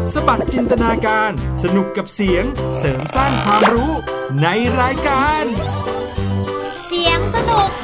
สบัดจินตนาการสนุกกับเสียงเสริมสร้างความรู้ในรายการเสียงสนุก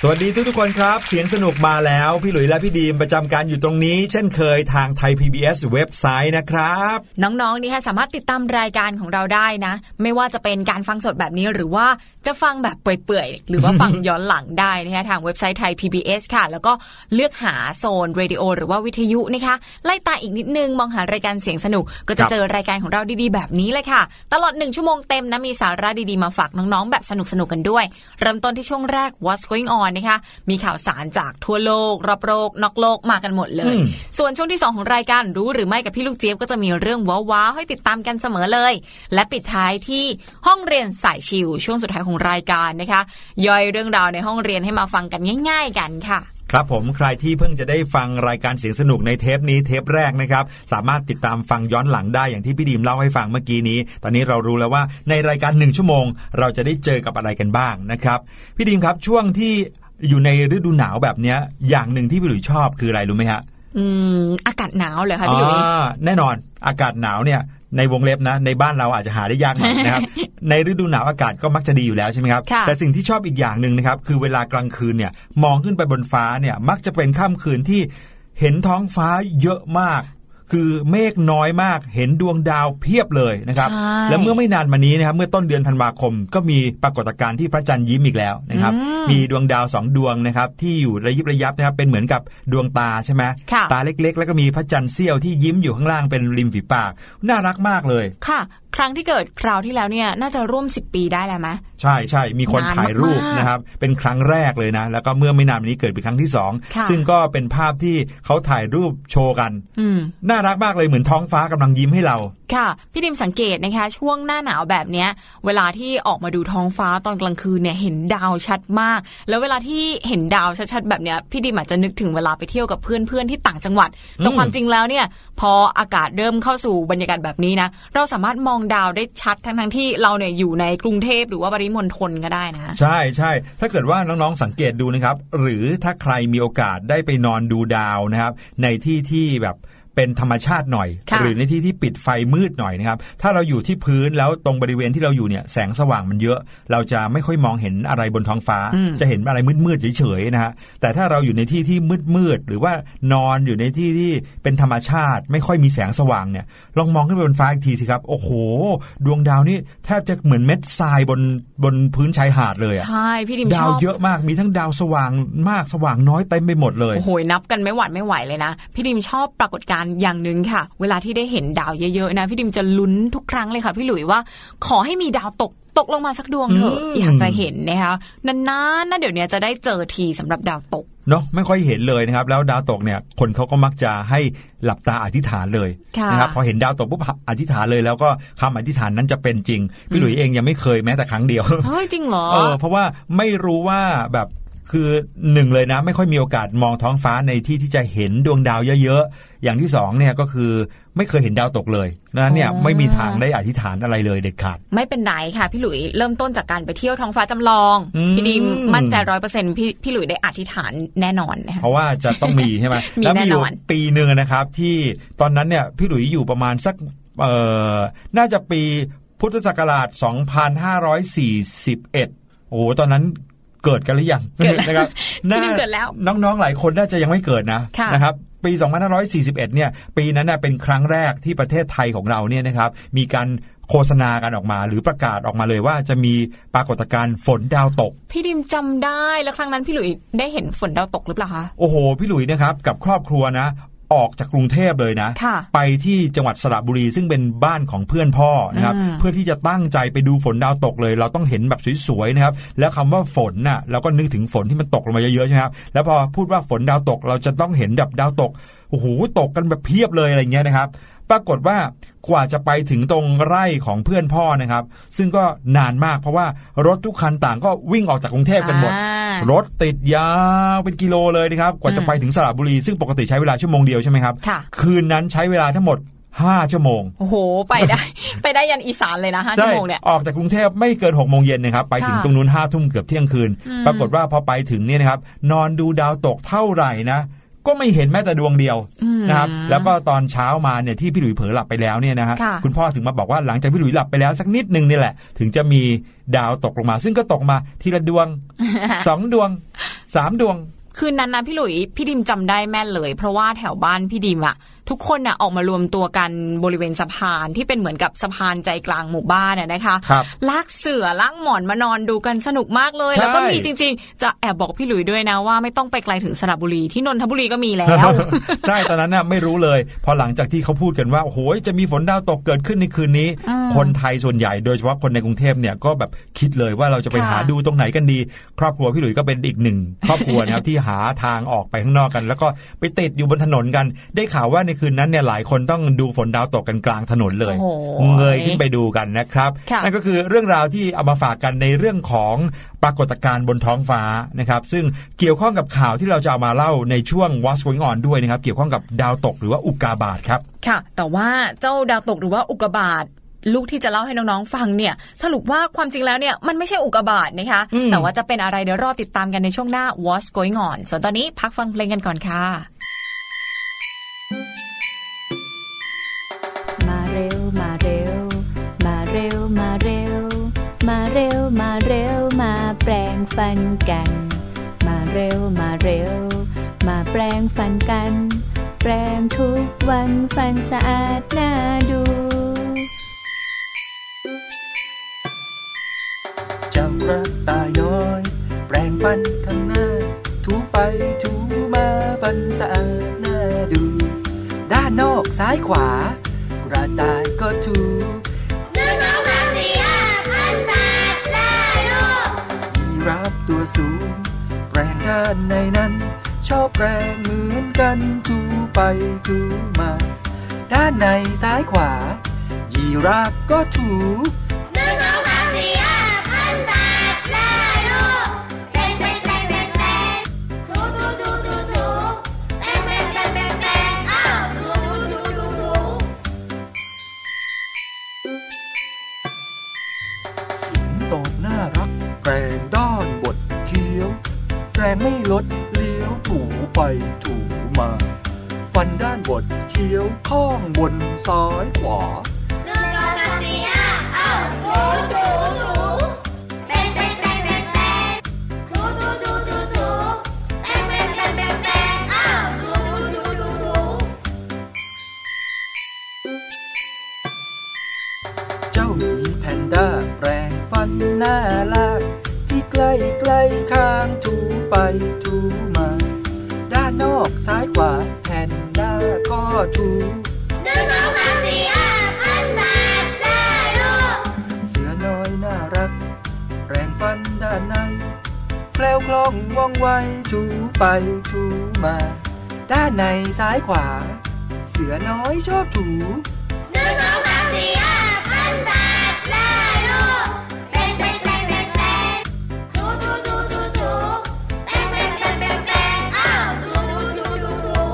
สวัสดีทุกคนครับเสียงสนุกมาแล้วพี่หลุยและพี่ดีมประจำการอยู่ตรงนี้เช่นเคยทางไทย PBS เว็บไซต์นะครับน้องๆนี่ค่ะสามารถติดตามรายการของเราได้นะไม่ว่าจะเป็นการฟังสดแบบนี้หรือว่าจะฟังแบบเปื่อยๆหรือว่าฟังย้อนหลังได้นะคะทางเว็บไซต์ไทย PBS ค่ะแล้วก็เลือกหาโซนเรดิโอหรือว่าวิทยุนะคะไล่ตาอีกนิดนึงมองหารายการเสียงสนุกก็จะเจอรายการของเราดีๆแบบนี้เลยค่ะตลอด1ชั่วโมงเต็มนะมีสาระดีๆมาฝากน้องๆแบบสนุกๆกันด้วยเริ่มต้นที่ช่วงแรก What's Going On นะคะมีข่าวสารจากทั่วโลกรอบโลกนอกโลกมากันหมดเลยส่วนช่วงที่2ของรายการรู้หรือไม่กับพี่ลูกเจี๊ยบก็จะมีเรื่องว้าวๆให้ติดตามกันเสมอเลยและปิดท้ายที่ห้องเรียนสายชิลช่วงสุดท้ายของรายการนะคะย่อยเรื่องราวในห้องเรียนให้มาฟังกันง่ายๆกันค่ะครับผมใครที่เพิ่งจะได้ฟังรายการเสียงสนุกในเทปนี้เทปแรกนะครับสามารถติดตามฟังย้อนหลังได้อย่างที่พี่ดีมเล่าให้ฟังเมื่อกี้นี้ตอนนี้เรารู้แล้วว่าในรายการ1ชั่วโมงเราจะได้เจอกับอะไรกันบ้างนะครับพี่ดีมครับช่วงที่อยู่ในฤดูหนาวแบบนี้อย่างหนึ่งที่พี่หลุยชอบคืออะไรรู้ไหมฮะอากาศหนาวเลยค่ะพี่หลุยแน่นอนอากาศหนาวเนี่ยในวงเล็บนะในบ้านเราอาจจะหาได้ยากหน่อยนะครับ ในฤดูหนาวอากาศก็มักจะดีอยู่แล้วใช่ไหมครับแต่สิ่งที่ชอบอีกอย่างนึงนะครับคือเวลากลางคืนเนี่ยมองขึ้นไปบนฟ้าเนี่ยมักจะเป็นค่ำคืนที่เห็นท้องฟ้าเยอะมากคือเมฆน้อยมากเห็นดวงดาวเพียบเลยนะครับและเมื่อไม่นานมานี้นะครับเมื่อต้นเดือนธันวาคมก็มีปรากฏการณ์ที่พระจันทร์ยิ้มอีกแล้วนะครับมีดวงดาว2ดวงนะครับที่อยู่ระยิบระยับนะครับเป็นเหมือนกับดวงตาใช่ไหมตาเล็กๆแล้วก็มีพระจันทร์เสี้ยวที่ยิ้มอยู่ข้างล่างเป็นริมฝีปากน่ารักมากเลยค่ะครั้งที่เกิดคราวที่แล้วเนี่ยน่าจะร่วม10ปีได้แล้วมั้ยใช่ๆมีคนถ่ายรูปนะครับเป็นครั้งแรกเลยนะแล้วก็เมื่อไม่นานมานี้เกิดเป็นครั้งที่2ซึ่งก็เป็นภาพที่เขาถ่ายรูปโชว์กันน่ารักมากเลยเหมือนท้องฟ้ากำลังยิ้มให้เราค่ะพี่ดิมสังเกตนะคะช่วงหน้าหนาวแบบเนี้ยเวลาที่ออกมาดูท้องฟ้าตอนกลางคืนเนี่ยเห็นดาวชัดมากแล้วเวลาที่เห็นดาวชัดๆแบบเนี้ยพี่ดิมอาจจะนึกถึงเวลาไปเที่ยวกับเพื่อนๆที่ต่างจังหวัดแต่ความจริงแล้วเนี่ยพออากาศเริ่มเข้าสู่บรรยากาศแบบนี้นะเราสามารถมองดาวได้ชัดทั้งที่เราเนี่ยอยู่ในกรุงเทพหรือว่าปริมณฑลก็ได้นะใช่ๆถ้าเกิดว่าน้องๆสังเกตดูนะครับหรือถ้าใครมีโอกาสได้ไปนอนดูดาวนะครับในที่แบบเป็นธรรมชาติหน่อยหรือในที่ที่ปิดไฟมืดหน่อยนะครับถ้าเราอยู่ที่พื้นแล้วตรงบริเวณที่เราอยู่เนี่ยแสงสว่างมันเยอะเราจะไม่ค่อยมองเห็นอะไรบนท้องฟ้าจะเห็นอะไรมืดๆเฉยๆนะฮะแต่ถ้าเราอยู่ในที่ที่มืดๆหรือว่านอนอยู่ในที่ที่เป็นธรรมชาติไม่ค่อยมีแสงสว่างเนี่ยลองมองขึ้นไปบนฟ้าอีกทีสิครับโอ้โหดวงดาวนี่แทบจะเหมือนเม็ดทรายบนพื้นชายหาดเลยอ่ะใช่พี่ดิมชอบดาวเยอะมากมีทั้งดาวสว่างมากสว่างน้อยเต็มไปหมดเลยโอ้โหนับกันไม่หวัดไม่ไหวเลยนะพี่ดิมชอบปรากฏการณ์อย่างนึงค่ะเวลาที่ได้เห็นดาวเยอะๆนะพี่ดิมจะลุ้นทุกครั้งเลยค่ะพี่หลุยว่าขอให้มีดาวตกลงมาสักดวงเถอะอยากจะเห็นนะคะนานๆนะเดี๋ยวนี้จะได้เจอทีสำหรับดาวตกเนาะไม่ค่อยเห็นเลยนะครับแล้วดาวตกเนี่ยคนเขาก็มักจะให้หลับตาอธิษฐานเลยนะครับพอเห็นดาวตกปุ๊บอธิษฐานเลยแล้วก็คำอธิษฐานนั้นจะเป็นจริงพี่หลุยเองยังไม่เคยแม้แต่ครั้งเดียวเฮ้ยจริงเหรอเพราะว่าไม่รู้ว่าแบบคือหนึ่งเลยนะไม่ค่อยมีโอกาสมองท้องฟ้าในที่ที่จะเห็นดวงดาวเยอะๆอย่างที่2เนี่ยก็คือไม่เคยเห็นดาวตกเลยนั้นเนี่ยไม่มีทางได้อธิษฐานอะไรเลยเด็ดขาดไม่เป็นไรค่ะพี่หลุยเริ่มต้นจากการไปเที่ยวท้องฟ้าจำลองพี่ดิมมั่นใจ 100% พี่หลุยได้อธิษฐานแน่นอนนะคะเพราะว่าจะต้องมีใช่ไหม แล้วมีอยู่ปีนึงนะครับที่ตอนนั้นเนี่ยพี่หลุยอยู่ประมาณสักน่าจะปีพุทธศักราช2541โอ้ตอนนั้นเกิดกันหรือยังนะครับเกิดแล้วน้องๆหลายคนน่าจะยังไม่เกิดนะครับปี2541เนี่ยปีนั้นน่ะเป็นครั้งแรกที่ประเทศไทยของเราเนี่ยนะครับมีการโฆษณากันออกมาหรือประกาศออกมาเลยว่าจะมีปรากฏการณ์ฝนดาวตกพี่ดิมจำได้แล้วครั้งนั้นพี่หลุยได้เห็นฝนดาวตกหรือเปล่าคะโอ้โหพี่หลุยนะครับกับครอบครัวนะออกจากกรุงเทพเลยนะไปที่จังหวัดสระบุรีซึ่งเป็นบ้านของเพื่อนพ่อนะครับเพื่อที่จะตั้งใจไปดูฝนดาวตกเลยเราต้องเห็นแบบสวยๆนะครับแล้วคำว่าฝนน่ะเราก็นึกถึงฝนที่มันตกลงมาเยอะๆใช่ไหมครับแล้วพอพูดว่าฝนดาวตกเราจะต้องเห็นแบบดาวตกโอ้โหตกกันแบบเพียบเลยอะไรเงี้ยนะครับปรากฏว่ากว่าจะไปถึงตรงไร่ของเพื่อนพ่อนะครับซึ่งก็นานมากเพราะว่ารถทุกคันต่างก็วิ่งออกจากกรุงเทพกันหมดรถติดยาวเป็นกิโลเลยนะครับกว่าจะไปถึงสระบุรีซึ่งปกติใช้เวลาชั่วโมงเดียวใช่ไหมครับคืนนั้นใช้เวลาทั้งหมด5ชั่วโมงโอ้โหไปได้ยันอีสานเลยนะ5ชั่วโมงเนี่ยออกจากกรุงเทพไม่เกิน 6 โมงเย็นนะครับไปถึงตรงนู้น 5 ทุ่มเกือบเที่ยงคืนปรากฏว่าพอไปถึงเนี่ยนะครับนอนดูดาวตกเท่าไหร่นะก็ไม่เห็นแม้แต่ดวงเดียวนะครับแล้วก็ตอนเช้ามาเนี่ยที่พี่หลุยเผลอหลับไปแล้วเนี่ยนะฮะคุณพ่อถึงมาบอกว่าหลังจากพี่หลุยหลับไปแล้วสักนิดนึงนี่แหละถึงจะมีดาวตกลงมาซึ่งก็ตกมาทีละดวง 2 ดวง 3 ดวงคืนนั้นนะพี่หลุยพี่ดิมจำได้แม่นเลยเพราะว่าแถวบ้านพี่ดิมอะทุกคนน่ะออกมารวมตัวกันบริเวณสะพานที่เป็นเหมือนกับสะพานใจกลางหมู่บ้านนะคะลากเสื่อลากหมอนมานอนดูกันสนุกมากเลยแล้วก็มีจริงๆจะแอบบอกพี่หลุยด้วยนะว่าไม่ต้องไปไกลถึงสระบุรีที่นนทบุรีก็มีแล้วใช่ตอนนั้นน่ะไม่รู้เลยพอหลังจากที่เขาพูดกันว่าโอ้โหจะมีฝนดาวตกเกิดขึ้นในคืนนี้คนไทยส่วนใหญ่โดยเฉพาะคนในกรุงเทพเนี่ยก็แบบคิดเลยว่าเราจะไปหาดูตรงไหนกันดีครอบครัวพี่หลุยก็เป็นอีกหนึ่งครอบครัวนะครับที่หาทางออกไปข้างนอกกันแล้วก็ไปติดอยู่บนถนนกันได้ข่าวว่าในคืนนั้นเนี่ยหลายคนต้องดูฝนดาวตกกันกลางถนนเลยเงยขึ้นไปดูกันนะครับนั่นก็คือเรื่องราวที่เอามาฝากกันในเรื่องของปรากฏการณ์บนท้องฟ้านะครับซึ่งเกี่ยวข้องกับข่าวที่เราจะเอามาเล่าในช่วง What's Going On ด้วยนะครับเกี่ยวข้องกับดาวตกหรือว่าอุกกาบาตครับค่ะแต่ว่าเจ้าดาวตกหรือว่าอุกกาบาตลูกที่จะเล่าให้น้องๆฟังเนี่ยสรุปว่าความจริงแล้วเนี่ยมันไม่ใช่อุกกาบาตนะคะแต่ว่าจะเป็นอะไรเดี๋ยวรอติดตามกันในช่วงหน้า What's Going On ส่วนตอนนี้พักฟังเพลงกันก่อนค่ะมาเร็วมาเร็วมาเร็วมาเร็วมาเร็วมาเร็วมาแปรงฟันกันมาเร็วมาเร็วมาแปรงฟันกันแปรงทุกวันฟันสะอาดน่าดูเจ้าพระตาน้อยแปรงฟันข้างหน้าถูไปถูมาฟันสะอาดน่าดูด้านนอกซ้ายขวากระต่ายก็ถูนึกเอามาเสียพันสะอาดน่าดูยีราฟตัวสูงแปรงด้านในนั้นชอบแปรงเหมือนกันถูไปถูมาด้านในซ้ายขวายีราฟก็ถูนึกเอามาเสียพันสะอาดน่าดูแปรงแปรงแปรงแปรงแปรงถูถูถูถูถูแปรงแปรงแปรงแปรงแปรงอ้าวถูถูถูถูสิงโตน่ารักแปรงด้านบดเคี้ยวแปรงไม่ลดเลี้ยวถูไปถูมาฟันด้านบดเคี้ยวข้องบนซ้ายขวานึกเอามาเสียอ้าวถูถูถูแปรงแปรงแปรงแปรงแปรงถูถูถูถูถูแปรงแปรงแปรงแปรงแปรงอ้าวถูถูถูถูเจ้าหมีแพนด้าแปรงฟันหน้าลากที่ใกล้ใกล้ข้างถูไปถูมาด้านนอกซ้ายขวาแพนด้าก็ถูนึกเอามาเสียพันสะอาดน่าดูเสือน้อยน่ารักแปรงฟันด้านในแคล้วคล่องว่องไวถูไปถูมาด้านในซ้ายขวาเสือน้อยชอบถูนึกเอามาเสียพันสะอาดน่าดูแปรงแปรงแปรงแปรงแปรงถูถูถูถูถูแปรงแปรงแปรงแปรงแปรงอ้าวถูถูถูถูถู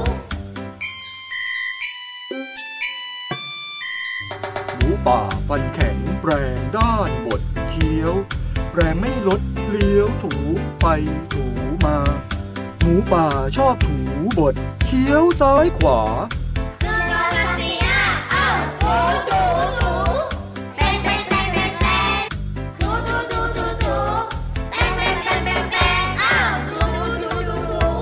หมูป่าฟันแข็งแปรงด้านบดเคี้ยวแปรงไม่ลดเลี้ยวถูไปถูมาหมูป่าชอบถูบดเคี้ยวซ้ายขวานึกเอามาเสียอ้าวถูถูถูแปรงแปรงแปรงแปรงแปรงถูถูถูถูถูแปรงแปรงแปรงแปรงแปรงอ้าวถูถูถูถูถู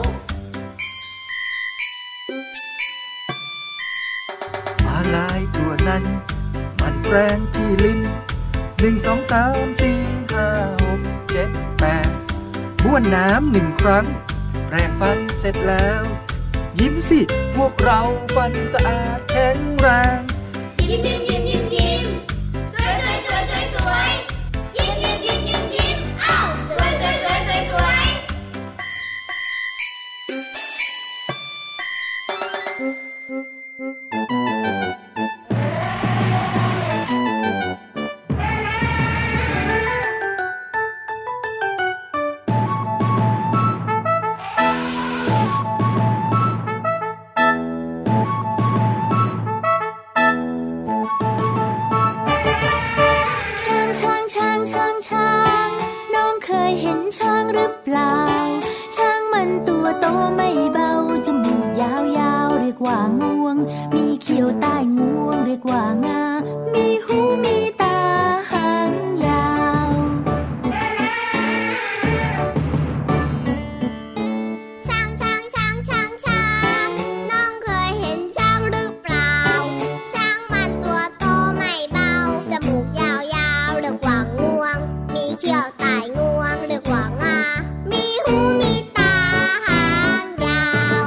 ม้าลายตัวนั้นมันแปรงที่ลิ้น1 2 3 4 5 6 7 8บ้วนน้ำ1 ครั้งแปรงฟันเสร็จแล้วยิ้มสิพวกเราฟันสะอาดแข็งแรงยิ้มยิ้มยิ้มยิ้มยิ้มสวยสวยสวยสวยสวยยิ้มยิ้มยิ้มยิ้มยิ้มอ้าวสวยสวยสวยสวยสวยน้องเคยเห็นช้างหรือเปล่าช้างมันตัวโตไม่เบาจมูกเขียวใต้งวงเรียกว่างามีหูมีตาหางยาวช้างช้างช้างช้างช้างน้องเคยเห็นช้างหรือเปล่าช้างมันตัวโตไม่เบาจมูกยาวๆเรียกว่างวงมีเขี้ยวใต้งวงเรียกว่างามีหูมีตาหางยาว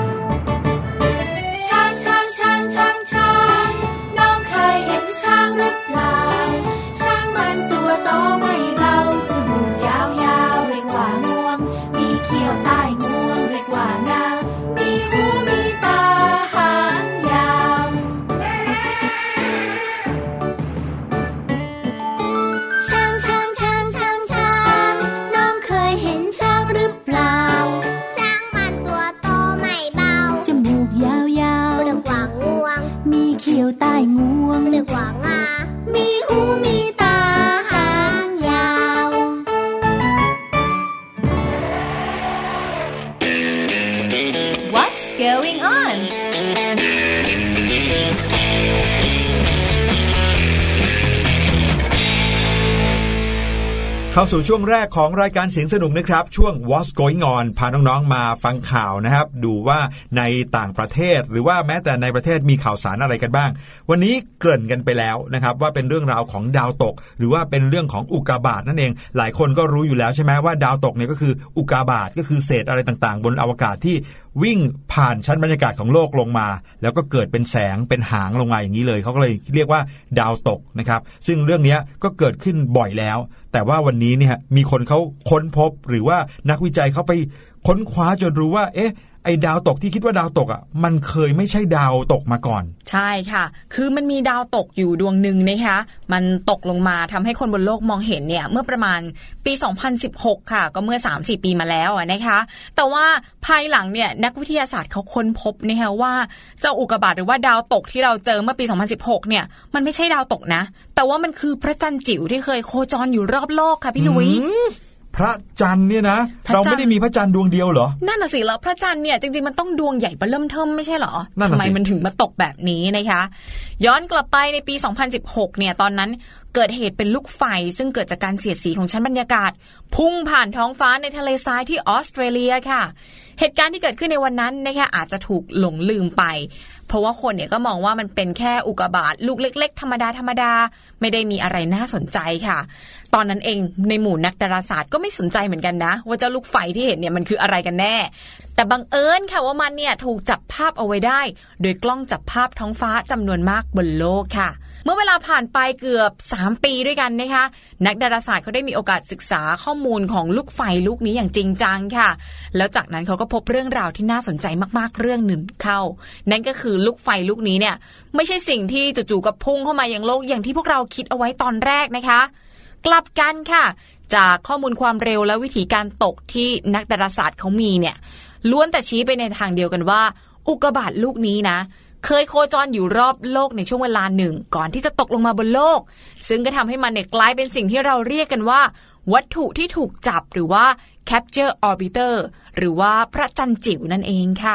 ช้างช้างช้างช้างช้างน้องเคยเห็นช้างหรือเปล่าช้างมันตัวโตไม่เบาจมูกยาวๆเรียกว่างวงมีเขี้ยวใต้งวงเรียกว่างามีหูมีตาหางยาวช้างช้างช้างช้างช้างน้องเคยเห็นช้างหรือเปล่าช้างมันตัวโตไม่เบาจมูกยาวๆเรียกว่างวงมีเขี้ยวใต้งวงเรียกว่างามีหูมีตาหางยาว What's going on? เข้าสู่ช่วงแรกของรายการเสียงสนุกนะครับช่วง What's Going On พาน้องๆมาฟังข่าวนะครับดูว่าในต่างประเทศหรือว่าแม้แต่ในประเทศมีข่าวสารอะไรกันบ้างวันนี้เกริ่นกันไปแล้วนะครับว่าเป็นเรื่องราวของดาวตกหรือว่าเป็นเรื่องของอุกกาบาตนั่นเองหลายคนก็รู้อยู่แล้วใช่ไหมว่าดาวตกเนี่ยก็คืออุกกาบาตก็คือเศษอะไรต่างๆบนอวกาศที่วิ่งผ่านชั้นบรรยากาศของโลกลงมาแล้วก็เกิดเป็นแสงเป็นหางลงมาอย่างนี้เลยเขาก็เลยเรียกว่าดาวตกนะครับซึ่งเรื่องนี้ก็เกิดขึ้นบ่อยแล้วแต่ว่าวันนี้เนี่ยมีคนเขาค้นพบหรือว่านักวิจัยเขาไปค้นคว้าจนรู้ว่าเอ๊ะไอ้ดาวตกที่คิดว่าดาวตกอ่ะมันเคยไม่ใช่ดาวตกมาก่อนใช่ค่ะคือมันมีดาวตกอยู่ดวงหนึ่งนะคะมันตกลงมาทำให้คนบนโลกมองเห็นเนี่ยเมื่อประมาณปี2016ค่ะก็เมื่อ 3-4 ปีมาแล้วนะคะแต่ว่าภายหลังเนี่ยนักวิทยาศาสตร์เขาค้นพบนะคะว่าเจ้าอุกกาบาตหรือว่าดาวตกที่เราเจอเมื่อปี2016เนี่ยมันไม่ใช่ดาวตกนะแต่ว่ามันคือพระจันทร์จิ๋วที่เคยโคจรอยู่รอบโลกค่ะพี่ลุยพระจันทร์เนี่ยนะเราไม่ได้มีพระจันทร์ดวงเดียวเหรอนั่นน่ะสิแล้วพระจันทร์เนี่ยจริงๆมันต้องดวงใหญ่เบ้อเริ่มเทิ่มไม่ใช่เหรอทำไมมันถึงมาตกแบบนี้นะคะย้อนกลับไปในปี2016เนี่ยตอนนั้นเกิดเหตุเป็นลูกไฟซึ่งเกิดจากการเสียดสีของชั้นบรรยากาศพุ่งผ่านท้องฟ้าในทะเลทรายที่ออสเตรเลียค่ะเหตุการณ์ที่เกิดขึ้นในวันนั้นนะคะอาจจะถูกหลงลืมไปเพราะว่าคนเนี่ยก็มองว่ามันเป็นแค่อุกกาบาตลูกเล็กๆธรรมดาไม่ได้มีอะไรน่าสนใจค่ะตอนนั้นเองในหมู่นักดาราศาสตร์ก็ไม่สนใจเหมือนกันนะว่าเจ้าลูกไฟที่เห็นเนี่ยมันคืออะไรกันแน่แต่บังเอิญค่ะว่ามันเนี่ยถูกจับภาพเอาไว้ได้โดยกล้องจับภาพท้องฟ้าจำนวนมากบนโลกค่ะเมื่อเวลาผ่านไปเกือบ3ปีด้วยกันนะคะนักดาราศาสตร์เขาได้มีโอกาสศึกษาข้อมูลของลูกไฟลูกนี้อย่างจริงจังค่ะแล้วจากนั้นเขาก็พบเรื่องราวที่น่าสนใจมากๆเรื่องหนึ่งเข้านั่นก็คือลูกไฟลูกนี้เนี่ยไม่ใช่สิ่งที่จู่ๆก็พุ่งเข้ามายังโลกอย่างที่พวกเราคิดเอาไว้ตอนแรกนะคะกลับกันค่ะจากข้อมูลความเร็วและวิธีการตกที่นักดาราศาสตร์เขามีเนี่ยล้วนแต่ชี้ไปในทางเดียวกันว่าอุกกาบาตลูกนี้นะเคยโคจรอยู่รอบโลกในช่วงเวลาหนึ่งก่อนที่จะตกลงมาบนโลกซึ่งก็ทำให้มันเนี่ยกลายเป็นสิ่งที่เราเรียกกันว่าวัตถุที่ถูกจับหรือว่า capture orbiter หรือว่าพระจันทร์จิ๋วนั่นเองค่ะ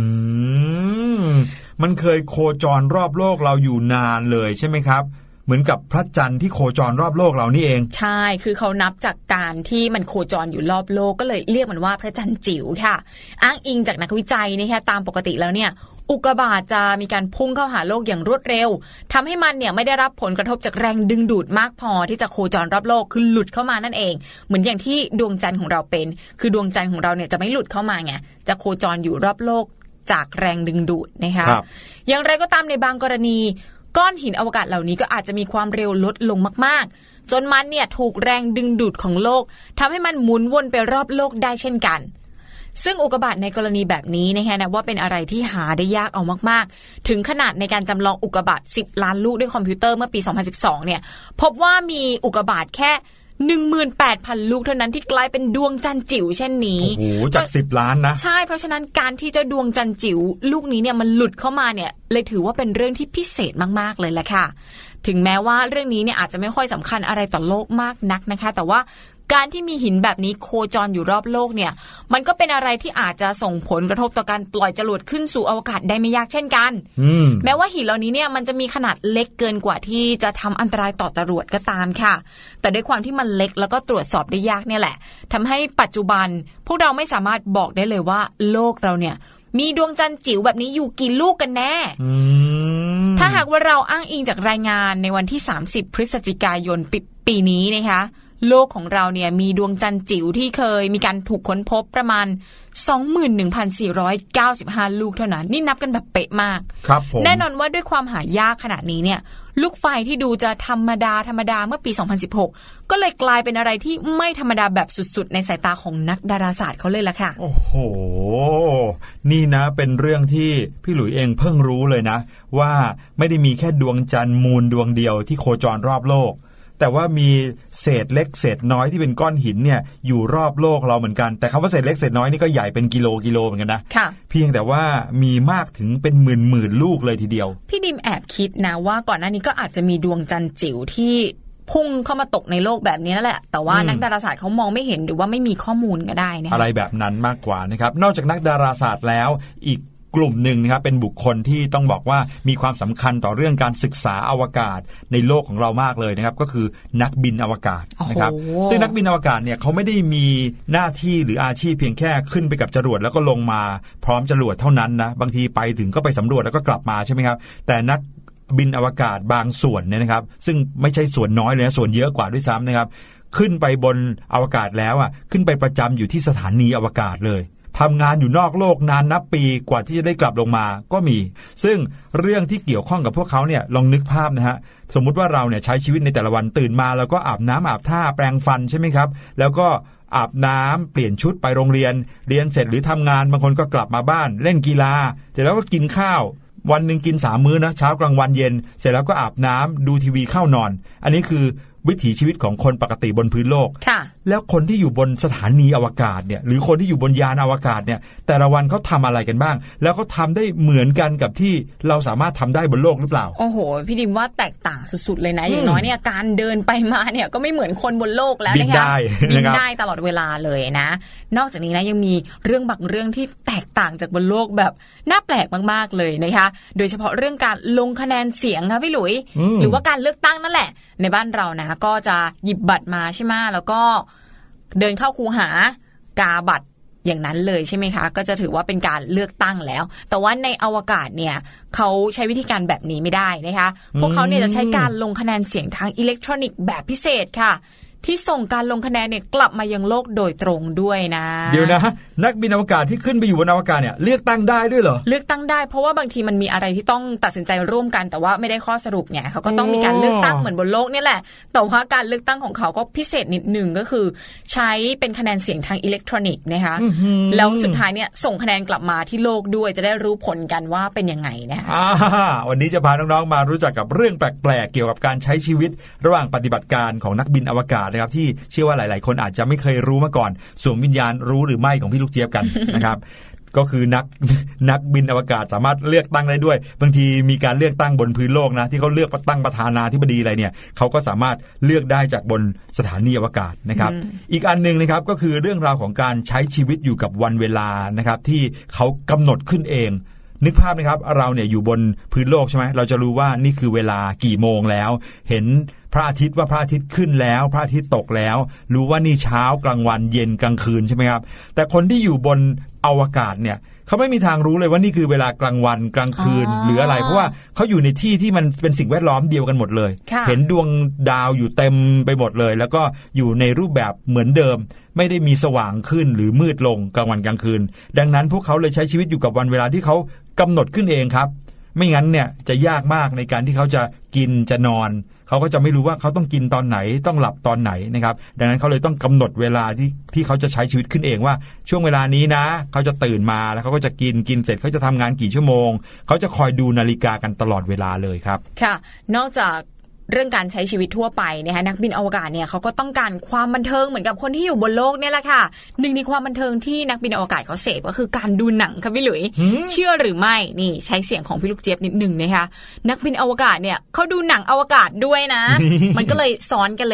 มันเคยโคจรรอบโลกเราอยู่นานเลยใช่ไหมครับเหมือนกับพระจันทร์ที่โคจรรอบโลกเรานี่เองใช่คือเขานับจากการที่มันโคจรอยู่รอบโลกก็เลยเรียกมันว่าพระจันทร์จิ๋วค่ะอ้างอิงจากนักวิจัยนะคะตามปกติแล้วเนี่ยอุกกาบาตจะมีการพุ่งเข้าหาโลกอย่างรวดเร็วทำให้มันเนี่ยไม่ได้รับผลกระทบจากแรงดึงดูดมากพอที่จะโคจรรอบโลกคือหลุดเข้ามานั่นเองเหมือนอย่างที่ดวงจันทร์ของเราเป็นคือดวงจันทร์ของเราเนี่ยจะไม่หลุดเข้ามาไงจะโคจรอยู่รอบโลกจากแรงดึงดูดนะคะอย่างไรก็ตามในบางกรณีก้อนหินอวกาศเหล่านี้ก็อาจจะมีความเร็วลดลงมากๆจนมันเนี่ยถูกแรงดึงดูดของโลกทำให้มันหมุนวนไปรอบโลกได้เช่นกันซึ่งอุกกาบาตในกรณีแบบนี้นะคะนะว่าเป็นอะไรที่หาได้ยากเอามากๆถึงขนาดในการจำลองอุกกาบาต10 ล้านลูกด้วยคอมพิวเตอร์เมื่อปี2012เนี่ยพบว่ามีอุกกาบาตแค่ 18,000 ลูกเท่านั้นที่กลายเป็นดวงจันทร์จิ๋วเช่นนี้โอ้โหจาก10 ล้านนะใช่เพราะฉะนั้นการที่เจ้าดวงจันทร์จิ๋วลูกนี้เนี่ยมันหลุดเข้ามาเนี่ยเลยถือว่าเป็นเรื่องที่พิเศษมากๆเลยแหละค่ะถึงแม้ว่าเรื่องนี้เนี่ยอาจจะไม่ค่อยสำคัญอะไรต่อโลกมากนักนะคะแต่ว่าการที่มีหินแบบนี้โคจรอยู่รอบโลกเนี่ยมันก็เป็นอะไรที่อาจจะส่งผลกระทบต่อการปล่อยจรวดขึ้นสู่อวกาศได้ไม่ยากเช่นกันแม้ว่าหินเหล่านี้เนี่ยมันจะมีขนาดเล็กเกินกว่าที่จะทำอันตรายต่อจรวดก็ตามค่ะแต่ด้วยความที่มันเล็กแล้วก็ตรวจสอบได้ยากเนี่ยแหละทำให้ปัจจุบันพวกเราไม่สามารถบอกได้เลยว่าโลกเราเนี่ยมีดวงจันทร์จิ๋วแบบนี้อยู่กี่ลูกกันแน่ถ้าหากว่าเราอ้างอิงจากรายงานในวันที่30พฤศจิกายนปีนี้นะคะโลกของเราเนี่ยมีดวงจันทร์จิ๋วที่เคยมีการถูกค้นพบประมาณ 21,495 ลูกเท่านั้นนี่นับกันแบบเป๊ะมากครับผมแน่นอนว่าด้วยความหายากขนาดนี้เนี่ยลูกไฟที่ดูจะธรรมดาเมื่อปี2016ก็เลยกลายเป็นอะไรที่ไม่ธรรมดาแบบสุดๆในสายตาของนักดาราศาสตร์เขาเลยล่ะค่ะโอ้โหนี่นะเป็นเรื่องที่พี่หลุยเองเพิ่งรู้เลยนะว่าไม่ได้มีแค่ดวงจันทร์มูนดวงเดียวที่โคจรรอบโลกแต่ว่ามีเศษเล็กเศษน้อยที่เป็นก้อนหินเนี่ยอยู่รอบโลกเราเหมือนกันแต่คำว่าเศษเล็กเศษน้อยนี่ก็ใหญ่เป็นกิโลเหมือนกันนะเพียงแต่ว่ามีมากถึงเป็นหมื่นลูกเลยทีเดียวพี่ดิมแอบคิดนะว่าก่อนหน้านี้ก็อาจจะมีดวงจันทร์จิ๋วที่พุ่งเข้ามาตกในโลกแบบนี้นั่นแหละแต่ว่านักดาราศาสตร์เขามองไม่เห็นหรือว่าไม่มีข้อมูลก็ได้นะอะไรแบบนั้นมากกว่านะครับนอกจากนักดาราศาสตร์แล้วอีกกลุ่มหนึ่งนะครับเป็นบุคคลที่ต้องบอกว่ามีความสำคัญต่อเรื่องการศึกษาอวกาศในโลกของเรามากเลยนะครับก็คือนักบินอวกาศนะครับซึ่งนักบินอวกาศเนี่ยเขาไม่ได้มีหน้าที่หรืออาชีพเพียงแค่ขึ้นไปกับจรวดแล้วก็ลงมาพร้อมจรวดเท่านั้นนะบางทีไปถึงก็ไปสำรวจแล้วก็กลับมาใช่ไหมครับแต่นักบินอวกาศบางส่วนเนี่ยนะครับซึ่งไม่ใช่ส่วนน้อยเลยนะส่วนเยอะกว่าด้วยซ้ำนะครับขึ้นไปบนอวกาศแล้วอ่ะขึ้นไปประจำอยู่ที่สถานีอวกาศเลยทำงานอยู่นอกโลกนานนับปีกว่าที่จะได้กลับลงมาก็มีซึ่งเรื่องที่เกี่ยวข้องกับพวกเขาเนี่ยลองนึกภาพนะฮะสมมุติว่าเราเนี่ยใช้ชีวิตในแต่ละวันตื่นมาแล้วก็อาบน้ำอาบท่าแปรงฟันใช่ไหมครับแล้วก็อาบน้ำเปลี่ยนชุดไปโรงเรียนเรียนเสร็จหรือทำงานบางคนก็กลับมาบ้านเล่นกีฬาเสร็จแล้วก็กินข้าววันนึงกิน3มื้อนะเช้ากลางวันเย็นเสร็จแล้วก็อาบน้ำดูทีวีเข้านอนอันนี้คือวิถีชีวิตของคนปกติบนพื้นโลกแล้วคนที่อยู่บนสถานีอวกาศเนี่ยหรือคนที่อยู่บนยานอวกาศเนี่ยแต่ละวันเขาทำอะไรกันบ้างแล้วเขาทำได้เหมือนกันกับที่เราสามารถทำได้บนโลกหรือเปล่าโอ้โหพี่ดิมว่าแตกต่างสุดๆเลยนะอย่างน้อยเนี่ยการเดินไปมาเนี่ยก็ไม่เหมือนคนบนโลกแล้วนะคะบินได้ตลอดเวลาเลยนะนอกจากนี้นะยังมีเรื่องบางเรื่องที่แตกต่างจากบนโลกแบบน่าแปลกมากๆเลยนะคะโดยเฉพาะเรื่องการลงคะแนนเสียงค่ะพี่หลุยหรือว่าการเลือกตั้งนั่นแหละในบ้านเรานะก็จะหยิบบัตรมาใช่ไหมแล้วก็เดินเข้าคูหากาบัตรอย่างนั้นเลยใช่ไหมคะก็จะถือว่าเป็นการเลือกตั้งแล้วแต่ว่าในอวกาศเนี่ยเขาใช้วิธีการแบบนี้ไม่ได้นะคะพวกเขาเนี่ยจะใช้การลงคะแนนเสียงทางอิเล็กทรอนิกส์แบบพิเศษค่ะที่ส่งการลงคะแนนเนี่ยกลับมายังโลกโดยตรงด้วยนะเดี๋ยวนะนักบินอวกาศที่ขึ้นไปอยู่บนอวกาศเนี่ยเลือกตั้งได้ด้วยเหรอเลือกตั้งได้เพราะว่าบางทีมันมีอะไรที่ต้องตัดสินใจร่วมกันแต่ว่าไม่ได้ข้อสรุปไงเขาก็ต้องมีการเลือกตั้งเหมือนบนโลกนี่แหละแต่ว่าการเลือกตั้งของเขาก็พิเศษนิดนึงก็คือใช้เป็นคะแนนเสียงทางอิเล็กทรอนิกส์นะคะแล้วสุดท้ายเนี่ยส่งคะแนนกลับมาที่โลกด้วยจะได้รู้ผลกันว่าเป็นยังไงนะคะวันนี้จะพาน้องๆมารู้จักกับเรื่องแปลกๆเกี่ยวกับการใช้ชีวิตระหว่างปฏิบัติการของนักบินอวกาศนะครับที่เชื่อว่าหลายๆคนอาจจะไม่เคยรู้มาก่อนสวมวิญญาณรู้หรือไม่ของพี่ลูกเจี๊ยบกัน นะครับก็คือนักบินอวกาศสามารถเลือกตั้งได้ด้วยบางทีมีการเลือกตั้งบนพื้นโลกนะที่เขาเลือกตั้งประธานาธิบดีอะไรเนี่ยเขาก็สามารถเลือกได้จากบนสถานีอวกาศนะครับอีกอันนึงนะครับก็คือเรื่องราวของการใช้ชีวิตอยู่กับวันเวลานะครับที่เขากำหนดขึ้นเองนึกภาพนะครับเราเนี่ยอยู่บนพื้นโลกใช่ไหมเราจะรู้ว่านี่คือเวลากี่โมงแล้วเห็นพระอาทิตย์ว่าพระอาทิตย์ขึ้นแล้วพระอาทิตย์ตกแล้วรู้ว่านี่เช้ากลางวันเย็นกลางคืนใช่ไหมครับแต่คนที่อยู่บนอวกาศเนี่ยเขาไม่มีทางรู้เลยว่านี่คือเวลากลางวันกลางคืนหรืออะไรเพราะว่าเขาอยู่ในที่ที่มันเป็นสิ่งแวดล้อมเดียวกันหมดเลยเห็นดวงดาวอยู่เต็มไปหมดเลยแล้วก็อยู่ในรูปแบบเหมือนเดิมไม่ได้มีสว่างขึ้นหรือมืดลงกลางวันกลางคืนดังนั้นพวกเขาเลยใช้ชีวิตอยู่กับวันเวลาที่เขากำหนดขึ้นเองครับไม่งั้นเนี่ยจะยากมากในการที่เขาจะกินจะนอนเขาก็จะไม่รู้ว่าเขาต้องกินตอนไหนต้องหลับตอนไหนนะครับดังนั้นเขาเลยต้องกำหนดเวลาที่เขาจะใช้ชีวิตขึ้นเองว่าช่วงเวลานี้นะเขาจะตื่นมาแล้วเขาก็จะกินเสร็จเขาจะทำงานกี่ชั่วโมงเขาจะคอยดูนาฬิกากันตลอดเวลาเลยครับค่ะนอกจากเรื่องการใช้ชีวิตทั่วไปนะคะนักบินอวกาศเนี่ยเขาก็ต้องการความบันเทิงเหมือนกับคนที่อยู่บนโลกเนี่ยแหละค่ะหนึ่งในความบันเทิงที่นักบินอวกาศเขาเสพก็คือการดูหนังค่ะพี่หลุยเชื่อหรือไม่นี่ใช้เสียงของพี่ลูกเจี๊ยบนิดนึงนะคะนักบินอวกาศเนี่ยเขาดูหนังอวกาศด้วยนะ มันก็เลยซ้อนกันเลย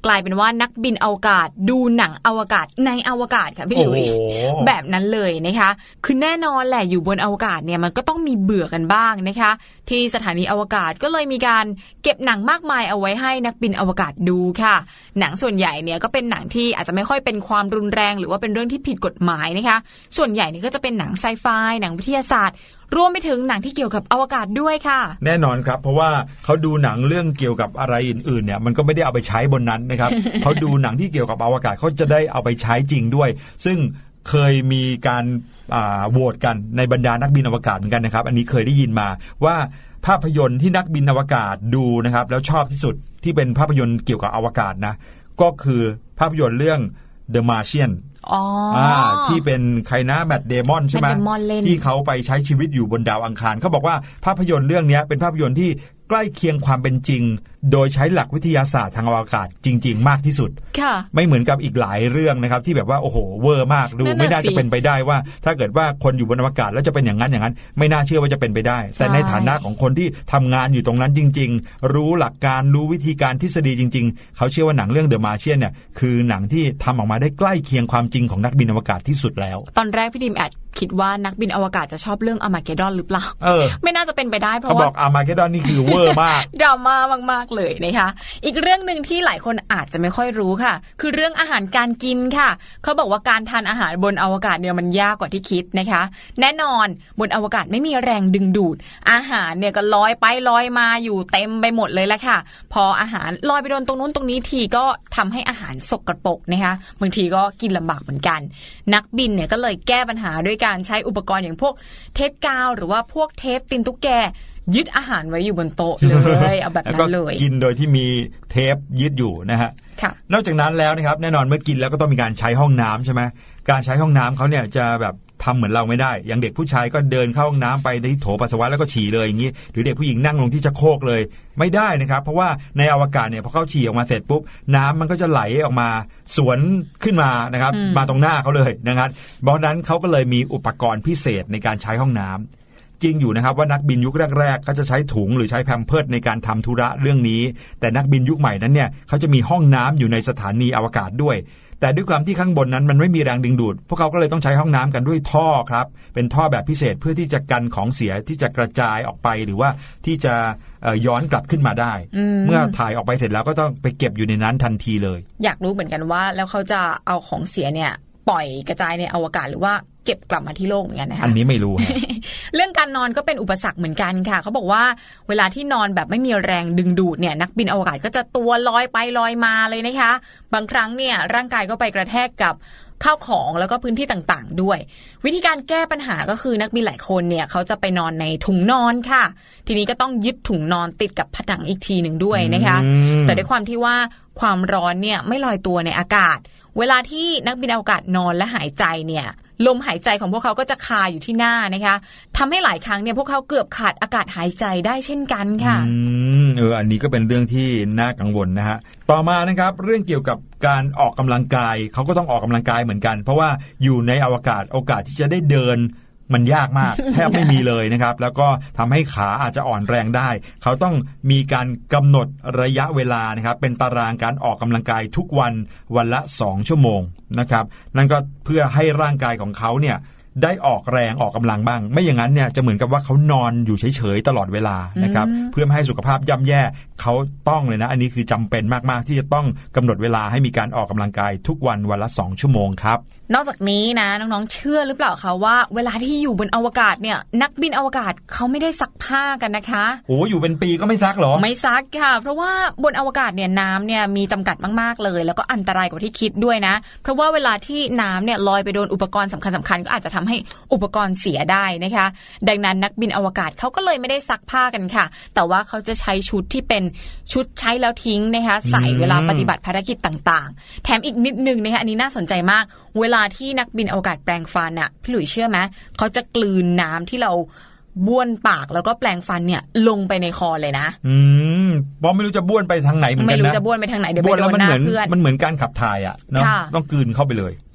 กลายเป็นว่านักบินอวกาศดูหนังอวกาศในอวกาศค่ะพี่หลุยแบบนั้นเลยนะคะคือแน่นอนแหละอยู่บนอวกาศเนี่ยมันก็ต้องมีเบื่อกันบ้างนะคะที่สถานีอวกาศก็เลยมีการเก็บหนังมากมายเอาไว้ให้นักบินอวกาศดูค่ะหนังส่วนใหญ่เนี่ยก็เป็นหนังที่อาจจะไม่ค่อยเป็นความรุนแรงหรือว่าเป็นเรื่องที่ผิดกฎหมายนะคะส่วนใหญ่นี่ก็จะเป็นหนังไซไฟหนังวิทยาศาสตร์รวมไปถึงหนังที่เกี่ยวกับอวกาศด้วยค่ะแน่นอนครับเพราะว่าเขาดูหนังเรื่องเกี่ยวกับอะไรอื่นๆเนี่ยมันก็ไม่ได้เอาไปใช้บนนั้นนะครับ เขาดูหนังที่เกี่ยวกับอวกาศเขาจะได้เอาไปใช้จริงด้วยซึ่งเคยมีการโหวตกันในบรรดานักบินอวกาศเหมือนกันนะครับอันนี้เคยได้ยินมาว่าภาพยนตร์ที่นักบินอวกาศดูนะครับแล้วชอบที่สุดที่เป็นภาพยนตร์เกี่ยวกับอวกาศนะก็คือภาพยนตร์เรื่อง The Martianที่เป็นใครนะแมทเดมอนใช่ไหมที่เขาไปใช้ชีวิตอยู่บนดาวอังคารเขาบอกว่าภาพยนตร์เรื่องนี้เป็นภาพยนตร์ที่ใกล้เคียงความเป็นจริงโดยใช้หลักวิทยาศาสตร์ทางอวกาศจริงๆมากที่สุดไม่เหมือนกับอีกหลายเรื่องนะครับที่แบบว่าโอ้โหเวอร์มากดูไม่น่าจะเป็นไปได้ว่าถ้าเกิดว่าคนอยู่บนอวกาศแล้วจะเป็นอย่างนั้นไม่น่าเชื่อว่าจะเป็นไปได้แต่ในฐานะของคนที่ทำงานอยู่ตรงนั้นจริงๆรู้หลักการรู้วิธีการทฤษฎีจริงๆเขาเชื่อว่าหนังเรื่อง The Martian เนี่ยคือหนังที่ทำออกมาได้ใกล้เคียงความจริงของนักบินอวกาศที่สุดแล้วตอนแรกพี่ดิมแอดคิดว่านักบินอวกาศจะชอบเรื่องอาร์มาเกดดอนหรือเปล่าไม่น่าจะเป็นไปได้เพราะว่าเขาบอกอาร์มาเกดดอนนี่คือเวอร์มากดราม่ามากๆเลยนะคะอีกเรื่องนึงที่หลายคนอาจจะไม่ค่อยรู้ค่ะคือเรื่องอาหารการกินค่ะเขาบอกว่าการทานอาหารบนอวกาศเนี่ยมันยากกว่าที่คิดนะคะแน่นอนบนอวกาศไม่มีแรงดึงดูดอาหารเนี่ยก็ลอยไปลอยมาอยู่เต็มไปหมดเลยแหละค่ะพออาหารลอยไปโดนตรงนู้นตรงนี้ทีก็ทำให้อาหารสกปรกนะคะบางทีก็กินลำบากเหมือนกันนักบินเนี่ยก็เลยแก้ปัญหาด้วยการใช้อุปกรณ์อย่างพวกเทปกาวหรือว่าพวกเทปตีนตุ๊กแกยึดอาหารไว้อยู่บนโต๊ะเลยเอาแบบนั้นเลยกินโดยที่มีเทปยึดอยู่นะฮะนอกจากนั้นแล้วนะครับแน่นอนเมื่อกินแล้วก็ต้องมีการใช้ห้องน้ำใช่ไหมการใช้ห้องน้ำเขาเนี่ยจะแบบทำเหมือนเราไม่ได้อย่างเด็กผู้ชายก็เดินเข้าห้องน้ำไปในโถปัสสาวะแล้วก็ฉี่เลยอย่างนี้หรือเด็กผู้หญิงนั่งลงที่ชักโครกเลยไม่ได้นะครับเพราะว่าในอวกาศเนี่ยพอเขาฉี่ออกมาเสร็จปุ๊บน้ำมันก็จะไหลออกมาสวนขึ้นมานะครับมาตรงหน้าเขาเลยนะครับเพราะนั้นเขาก็เลยมีอุปกรณ์พิเศษในการใช้ห้องน้ำจริงอยู่นะครับว่านักบินยุคแรกๆเขาจะใช้ถุงหรือใช้แพมเพิร์สในการทำธุระเรื่องนี้แต่นักบินยุคใหม่นั้นเนี่ยเขาจะมีห้องน้ำอยู่ในสถานีอวกาศด้วยแต่ด้วยความที่ข้างบนนั้นมันไม่มีแรงดึงดูดพวกเขาก็เลยต้องใช้ห้องน้ำกันด้วยท่อครับเป็นท่อแบบพิเศษเพื่อที่จะกันของเสียที่จะกระจายออกไปหรือว่าที่จะย้อนกลับขึ้นมาได้เมื่อถ่ายออกไปเสร็จแล้วก็ต้องไปเก็บอยู่ในนั้นทันทีเลยอยากรู้เหมือนกันว่าแล้วเขาจะเอาของเสียเนี่ยปล่อยกระจายในอวกาศหรือว่าเก็บกลับมาที่โลกเหมือนกันนะคะอันนี้ไม่รู้เรื่องการนอนก็เป็นอุปสรรคเหมือนกันค่ะเขาบอกว่าเวลาที่นอนแบบไม่มีแรงดึงดูดเนี่ยนักบินอวกาศก็จะตัวลอยไปลอยมาเลยนะคะบางครั้งเนี่ยร่างกายก็ไปกระแทกกับข้าวของแล้วก็พื้นที่ต่างๆด้วยวิธีการแก้ปัญหาก็คือนักบินหลายคนเนี่ยเขาจะไปนอนในถุงนอนค่ะทีนี้ก็ต้องยึดถุงนอนติดกับผนังอีกทีหนึ่งด้วยนะคะแต่ด้วยความที่ว่าความร้อนเนี่ยไม่ลอยตัวในอากาศเวลาที่นักบินอวกาศนอนและหายใจเนี่ยลมหายใจของพวกเขาก็จะคาอยู่ที่หน้านะคะทำให้หลายครั้งเนี่ยพวกเขาเกือบขาดอากาศหายใจได้เช่นกันค่ะอันนี้ก็เป็นเรื่องที่น่ากังวลนะฮะต่อมานะครับเรื่องเกี่ยวกับการออกกำลังกายเขาก็ต้องออกกำลังกายเหมือนกันเพราะว่าอยู่ในอวกาศโอกาสที่จะได้เดินมันยากมาก แทบไม่มีเลยนะครับแล้วก็ทำให้ขาอาจจะอ่อนแรงได้เขาต้องมีการกำหนดระยะเวลานะครับเป็นตารางการออกกำลังกายทุกวันวันละ2ชั่วโมงนะครับนั่นก็เพื่อให้ร่างกายของเขาเนี่ยได้ออกแรงออกกำลังบ้างไม่อย่างนั้นเนี่ยจะเหมือนกับว่าเขานอนอยู่เฉยๆตลอดเวลานะครับเพื่อไม่ให้สุขภาพย่ำแย่เขาต้องเลยนะอันนี้คือจำเป็นมากๆที่จะต้องกำหนดเวลาให้มีการออกกำลังกายทุกวันวันละ2ชั่วโมงครับนอกจากนี้นะน้องๆเชื่อหรือเปล่าคะว่าเวลาที่อยู่บนอวกาศเนี่ยนักบินอวกาศเขาไม่ได้ซักผ้ากันนะคะโอ้อยู่เป็นปีก็ไม่ซักหรอไม่ซักค่ะเพราะว่าบนอวกาศเนี่ยน้ำเนี่ยมีจำกัดมากๆเลยแล้วก็อันตรายกว่าที่คิดด้วยนะเพราะว่าเวลาที่น้ำเนี่ยลอยไปโดนอุปกรณ์สำคัญก็อาจจะทำให้อุปกรณ์เสียได้นะคะดังนั้นนักบินอวกาศเขาก็เลยไม่ได้ซักผ้ากันค่ะแต่ว่าเขาจะใช้ชุดที่เป็นชุดใช้แล้วทิ้งนะคะใส่เวลาปฏิบัติภารกิจต่างๆแถมอีกนิดนึงนะคะอันนี้น่าสนใจมากเวลาที่นักบินอวกาศแปรงฟันน่ะพี่หลุยเชื่อไหมเขาจะกลืนน้ำที่เราบ้วนปากแล้วก็แปรงฟันเนี่ยลงไปในคอเลยนะเพราะไม่รู้จะบ้วนไปทางไหนเหมือนกันนะไม่รู้จะบ้วนไปทางไหนเดี๋ยวไปโดนหน้าเพื่อนมันเหมือนการขับถ่ายอ่ะเนาะต้องกลืนเข้าไปเลย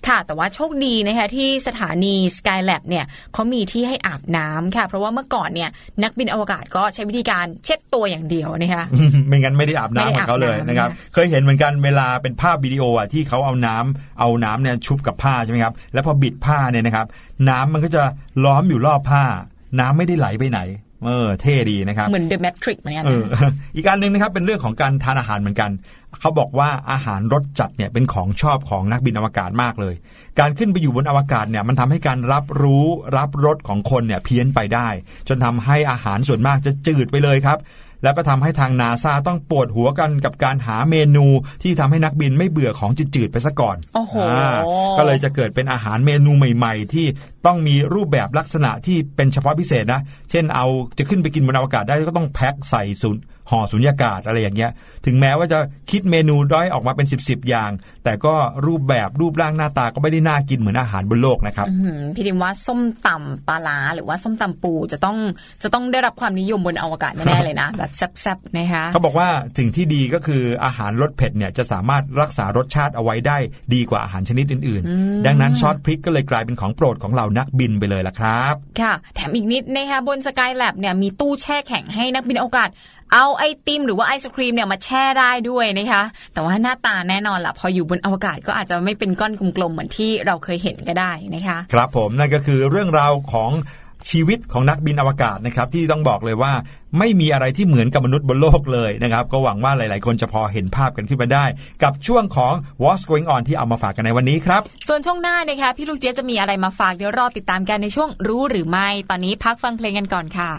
ค่ะแต่ว่าโชคดีนะคะที่สถานี Skylab เนี่ยเขามีที่ให้อาบน้ำค่ะเพราะว่าเมื่อก่อนเนี่ยนักบินอวกาศก็ใช้วิธีการเช็ดตัวอย่างเดียวนะคะไม่งั้นไม่ได้อาบน้ำกับเขาเลยนะครับเคยเห็นเหมือนกันเวลาเป็นภาพวิดีโออ่ะที่เขาเอาน้ำเนี่ยชุบกับผ้าใช่ไหมครับแล้วพอบิดผ้าเนี่ยนะครับน้ำมันก็จะล้อมอยู่รอบผ้าน้ำไม่ได้ไหลไปไหนเท่ดีนะครับเหมือน The Matrix เหมือนกันอีกการนึงนะครับเป็นเรื่องของการทานอาหารเหมือนกันเขาบอกว่าอาหารรสจัดเนี่ยเป็นของชอบของนักบินอวกาศมากเลยการขึ้นไปอยู่บนอวกาศเนี่ยมันทำให้การรับรสของคนเนี่ยเพี้ยนไปได้จนทำให้อาหารส่วนมากจะจืดไปเลยครับแล้วก็ทำให้ทาง NASA ต้องปวดหัวกันกับการหาเมนูที่ทำให้นักบินไม่เบื่อของจืดๆไปซะก่อนก็เลยจะเกิดเป็นอาหารเมนูใหม่ๆที่ต้องมีรูปแบบลักษณะที่เป็นเฉพาะพิเศษนะเช่นจะขึ้นไปกินบนอวกาศได้ก็ต้องแพ็คใส่ห่อสุญญากาศอะไรอย่างเงี้ยถึงแม้ว่าจะคิดเมนูด้อยออกมาเป็น10อย่างแต่ก็รูปร่างหน้าตาก็ไม่ได้น่ากินเหมือนอาหารบนโลกนะครับพี่ดิมว่าส้มตำปลาร้าหรือว่าส้มตำปูจะต้องได้รับความนิยมบนอวกาศแน่ๆเลยนะ แบบแซ่บๆนะคะเขาบอกว่าสิ่งที่ดีก็คืออาหารรสเผ็ดเนี่ยจะสามารถรักษารสชาติเอาไว้ได้ดีกว่าอาหารชนิดอื่นๆดังนั้นซอสพริกก็เลยกลายเป็นของโปรดของเรานักบินไปเลยล่ะครับค่ะแถมอีกนิดนะคะบน Skylab เนี่ยมีตู้แช่แข็งให้นักบินอวกาศเอาไอติมหรือว่าไอศครีมเนี่ยมาแช่ได้ด้วยนะคะแต่ว่าหน้าตาแน่นอนล่ะพออยู่บนอวกาศก็อาจจะไม่เป็นก้อนกลมๆเหมือนที่เราเคยเห็นก็ได้นะคะครับผมนั่นก็คือเรื่องราวของชีวิตของนักบินอวกาศนะครับที่ต้องบอกเลยว่าไม่มีอะไรที่เหมือนกับมนุษย์บนโลกเลยนะครับก็หวังว่าหลายๆคนจะพอเห็นภาพกันขึ้นมาได้กับช่วงของ What's Going On ที่เอามาฝากกันในวันนี้ครับส่วนช่วงหน้านะคะพี่ลูกเจี๊ยบจะมีอะไรมาฝากเดี๋ยวรอติดตามกันในช่วงรู้หรือไม่ตอนนี้พักฟังเพลงกันก่อนค่ะ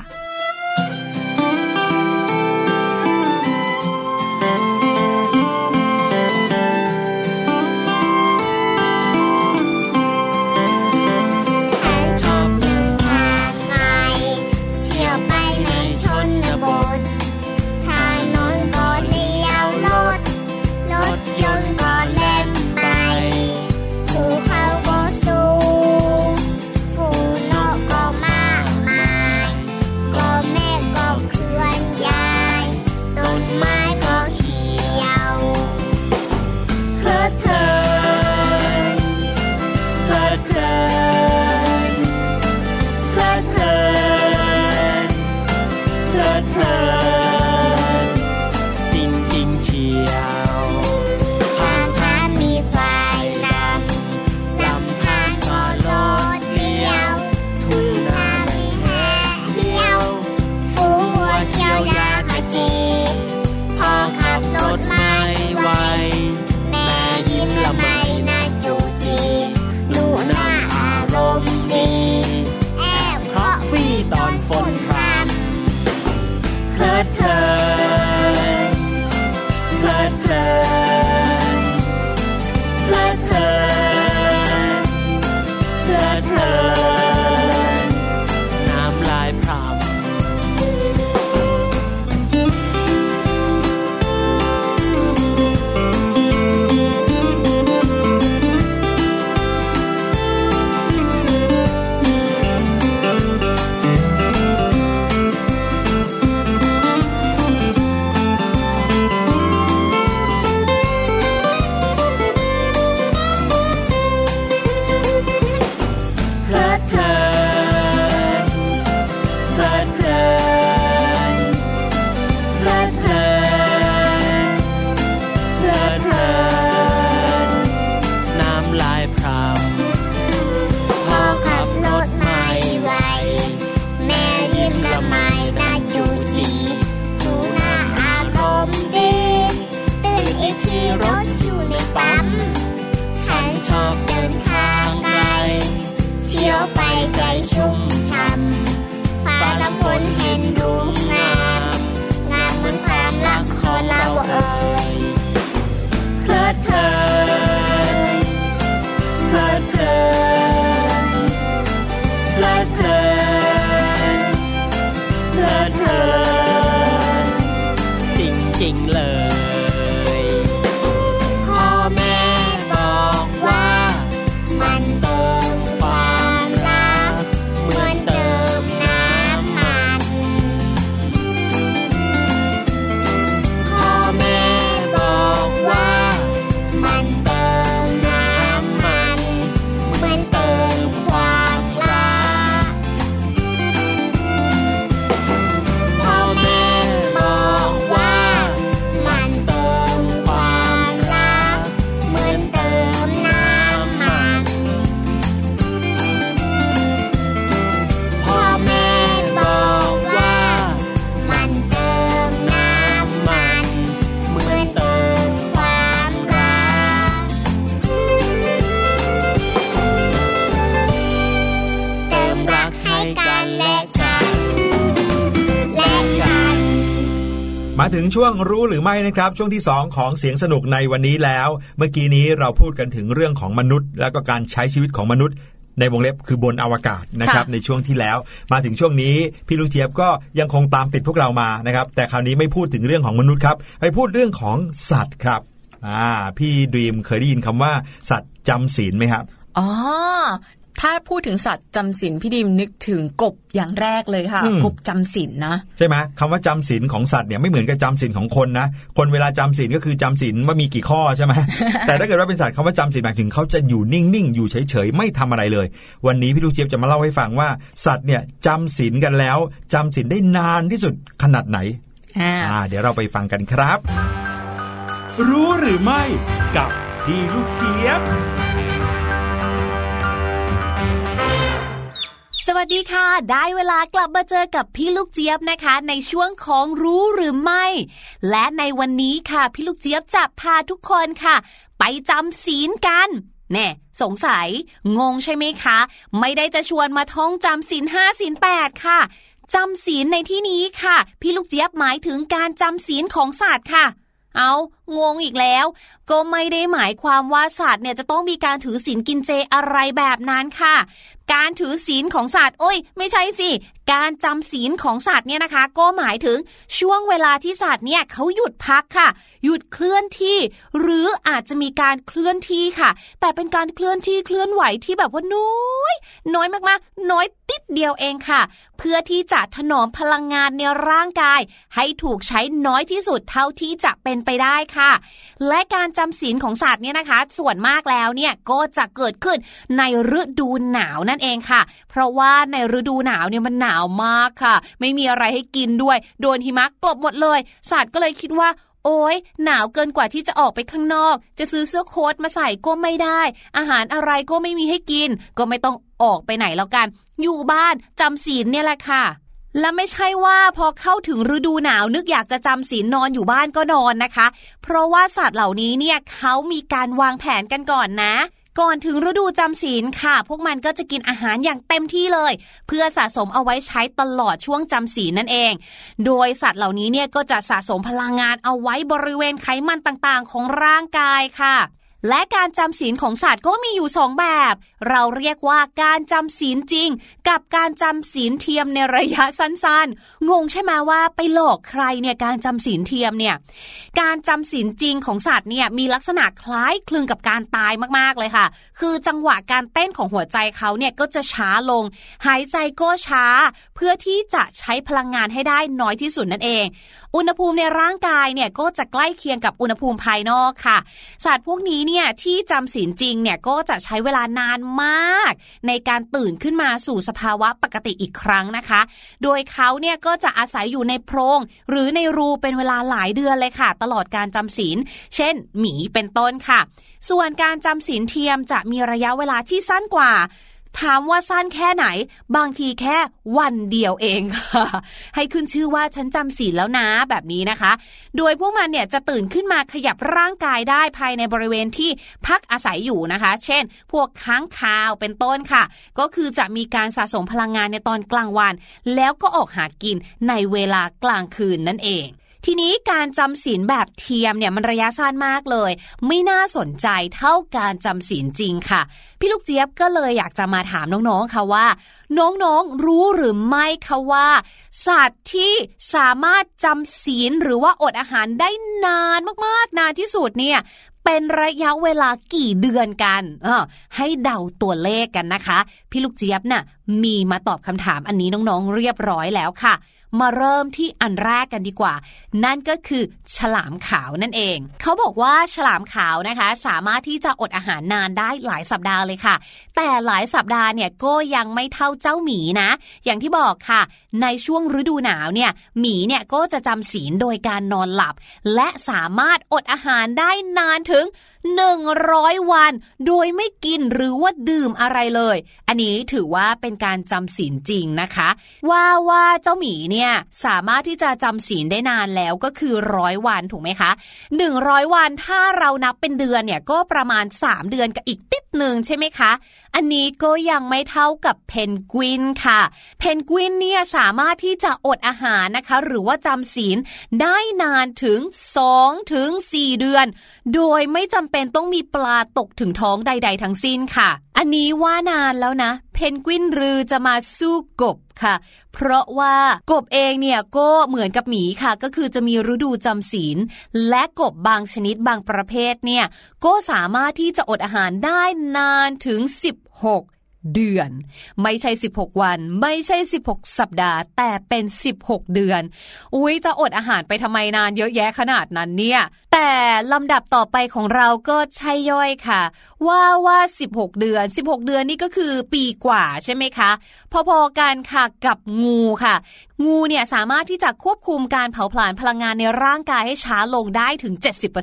มาถึงช่วงรู้หรือไม่นะครับช่วงที่2ของเสียงสนุกในวันนี้แล้วเมื่อกี้นี้เราพูดกันถึงเรื่องของมนุษย์แล้วก็การใช้ชีวิตของมนุษย์ในวงเล็บคือบนอวกาศนะครับในช่วงที่แล้วมาถึงช่วงนี้พี่ลูกเจี๊ยบก็ยังคงตามติดพวกเรามานะครับแต่คราวนี้ไม่พูดถึงเรื่องของมนุษย์ครับไปพูดเรื่องของสัตว์ครับพี่ดรีมเคยได้ยินคำว่าสัตว์จำศีลไหมครับอ๋อถ้าพูดถึงสัตว์จำศีลพี่ดิมนึกถึงกบอย่างแรกเลยค่ะกบจำศีลนะใช่ไหมคำว่าจำศีลของสัตว์เนี่ยไม่เหมือนกับจำศีลของคนนะคนเวลาจำศีลก็คือจำศีลว่ามีกี่ข้อใช่ไหม แต่ถ้าเกิดว่าเป็นสัตว์คำว่าจำศีลหมายถึงเขาจะอยู่นิ่งๆอยู่เฉยๆไม่ทำอะไรเลยวันนี้พี่ลูกเจี๊ยบจะมาเล่าให้ฟังว่าสัตว์เนี่ยจำศีลกันแล้วจำศีลได้นานที่สุดขนาดไหนเดี๋ยวเราไปฟังกันครับรู้หรือไม่กับพี่ลูกเจี๊ยบสวัสดีค่ะได้เวลากลับมาเจอกับพี่ลูกเจี๊ยบนะคะในช่วงของรู้หรือไม่และในวันนี้ค่ะพี่ลูกเจี๊ยบจะพาทุกคนค่ะไปจำศีลกันแน่สงสัยงงใช่ไหมคะไม่ได้จะชวนมาท่องจำศีล5ศีล8ค่ะจำศีลในที่นี้ค่ะพี่ลูกเจี๊ยบหมายถึงการจำศีลของสัตว์ค่ะเอางงอีกแล้วก็ไม่ได้หมายความว่าสัตว์เนี่ยจะต้องมีการถือศีลกินเจอะไรแบบนั้นค่ะการถือศีลของสัตว์ไม่ใช่สิการจำศีลของสัตว์เนี่ยนะคะก็หมายถึงช่วงเวลาที่สัตว์เนี่ยเขาหยุดพักค่ะหยุดเคลื่อนที่หรืออาจจะมีการเคลื่อนที่ค่ะแต่เป็นการเคลื่อนที่เคลื่อนไหวที่แบบว่าน้อยมากๆน้อยติดเดียวเองค่ะเพื่อที่จะถนอมพลังงานในร่างกายให้ถูกใช้น้อยที่สุดเท่าที่จะเป็นไปได้ค่ะและการจำศีลของสัตว์เนี่ยนะคะส่วนมากแล้วเนี่ยก็จะเกิดขึ้นในฤดูหนาวนั่นเองค่ะเพราะว่าในฤดูหนาวเนี่ยมันหนาวมากค่ะไม่มีอะไรให้กินด้วยโดนหิมะกลบหมดเลยสัตว์ก็เลยคิดว่าหนาวเกินกว่าที่จะออกไปข้างนอกจะซื้อเสื้อโค้ทมาใส่ก็ไม่ได้อาหารอะไรก็ไม่มีให้กินก็ไม่ต้องออกไปไหนแล้วกันอยู่บ้านจำศีลเนี่ยแหละค่ะและไม่ใช่ว่าพอเข้าถึงฤดูหนาวนึกอยากจะจำศีลนอนอยู่บ้านก็นอนนะคะเพราะว่าสัตว์เหล่านี้เนี่ยเขามีการวางแผนกันก่อนนะก่อนถึงฤดูจำศีลค่ะพวกมันก็จะกินอาหารอย่างเต็มที่เลยเพื่อสะสมเอาไว้ใช้ตลอดช่วงจำศีลนั่นเองโดยสัตว์เหล่านี้เนี่ยก็จะสะสมพลังงานเอาไว้บริเวณไขมันต่างๆของร่างกายค่ะและการจำศีลของสัตว์ก็มีอยู่2แบบเราเรียกว่าการจำศีลจริงกับการจำศีลเทียมในระยะสั้นๆงงใช่ไหมว่าไปหลอกใครเนี่ยการจำศีลเทียมเนี่ยการจำศีลจริงของสัตว์เนี่ยมีลักษณะคล้ายคลึงกับการตายมากๆเลยค่ะคือจังหวะการเต้นของหัวใจเขาเนี่ยก็จะช้าลงหายใจก็ช้าเพื่อที่จะใช้พลังงานให้ได้น้อยที่สุดนั่นเองอุณหภูมิในร่างกายเนี่ยก็จะใกล้เคียงกับอุณหภูมิภายนอกค่ะสัตว์พวกนี้เนี่ยที่จำศีลจริงเนี่ยก็จะใช้เวลานานมากในการตื่นขึ้นมาสู่สภาวะปกติอีกครั้งนะคะโดยเขาเนี่ยก็จะอาศัยอยู่ในโพรงหรือในรูเป็นเวลาหลายเดือนเลยค่ะตลอดการจำศีลเช่นหมีเป็นต้นค่ะส่วนการจำศีลเทียมจะมีระยะเวลาที่สั้นกว่าถามว่าสั้นแค่ไหนบางทีแค่วันเดียวเองค่ะให้ขึ้นชื่อว่าฉันจำศีลแล้วนะแบบนี้นะคะโดยพวกมันเนี่ยจะตื่นขึ้นมาขยับร่างกายได้ภายในบริเวณที่พักอาศัยอยู่นะคะเช่นพวกค้างคาวเป็นต้นค่ะก็คือจะมีการสะสมพลังงานในตอนกลางวันแล้วก็ออกหากินในเวลากลางคืนนั่นเองทีนี้การจำศีลแบบเทียมเนี่ยมันระยะสั้นมากเลยไม่น่าสนใจเท่าการจำศีลจริงค่ะพี่ลูกเจี๊ยบก็เลยอยากจะมาถามน้องๆค่ะว่าน้องๆรู้หรือไม่คะว่าสัตว์ที่สามารถจำศีลหรือว่าอดอาหารได้นานมากๆนานที่สุดเนี่ยเป็นระยะเวลากี่เดือนกันให้เดาตัวเลขกันนะคะพี่ลูกเจี๊ยบน่ะมีมาตอบคำถามอันนี้น้องๆเรียบร้อยแล้วค่ะมาเริ่มที่อันแรกกันดีกว่านั่นก็คือฉลามขาวนั่นเองเขาบอกว่าฉลามขาวนะคะสามารถที่จะอดอาหารนานได้หลายสัปดาห์เลยค่ะแต่หลายสัปดาห์เนี่ยก็ยังไม่เท่าเจ้าหมีนะอย่างที่บอกค่ะในช่วงฤดูหนาวเนี่ยหมีเนี่ยก็จะจำศีลโดยการนอนหลับและสามารถอดอาหารได้นานถึง 100 วันโดยไม่กินหรือว่าดื่มอะไรเลยอันนี้ถือว่าเป็นการจำศีลจริงนะคะว่าเจ้าหมีเนี่ยสามารถที่จะจำศีลได้นานแล้วก็คือ100 วันถูกไหมคะ100 วันถ้าเรานับเป็นเดือนเนี่ยก็ประมาณ3 เดือนกับอีกติดนึงใช่ไหมคะอันนี้ก็ยังไม่เท่ากับเพนกวินค่ะเพนกวินเนี่ยสามารถที่จะอดอาหารนะคะหรือว่าจำศีลได้นานถึง 2-4 เดือนโดยไม่จำเป็นต้องมีปลาตกถึงท้องใดๆทั้งสิ้นค่ะอันนี้ว่านานแล้วนะเพนกวินรือจะมาสู้กบค่ะเพราะว่ากบเองเนี่ยก็เหมือนกับหมีค่ะก็คือจะมีฤดูจำศีลและกบบางชนิดบางประเภทเนี่ยก็สามารถที่จะอดอาหารได้นานถึง16 เดือนไม่ใช่16 วันไม่ใช่16 สัปดาห์แต่เป็น16 เดือนอุ๊ยจะอดอาหารไปทำไมนานเยอะแยะขนาดนั้นเนี่ยแต่ลำดับต่อไปของเราก็ใช่ย่อยค่ะว่า16 เดือน16 เดือนนี่ก็คือปีกว่าใช่ไหมคะพอๆกันค่ะกับงูค่ะงูเนี่ยสามารถที่จะควบคุมการเผาผลาญพลังงานในร่างกายให้ช้าลงได้ถึง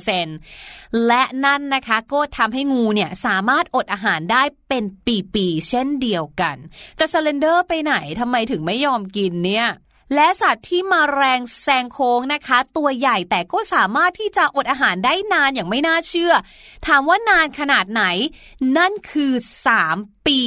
70% และนั่นนะคะก็ทำให้งูเนี่ยสามารถอดอาหารได้เป็นปีๆเช่นเดียวกันจะสเลนเดอร์ไปไหนทำไมถึงไม่ยอมกินเนี่ยและสัตว์ที่มาแรงแซงโค้งนะคะตัวใหญ่แต่ก็สามารถที่จะอดอาหารได้นานอย่างไม่น่าเชื่อถามว่านานขนาดไหนนั่นคือ3 ปี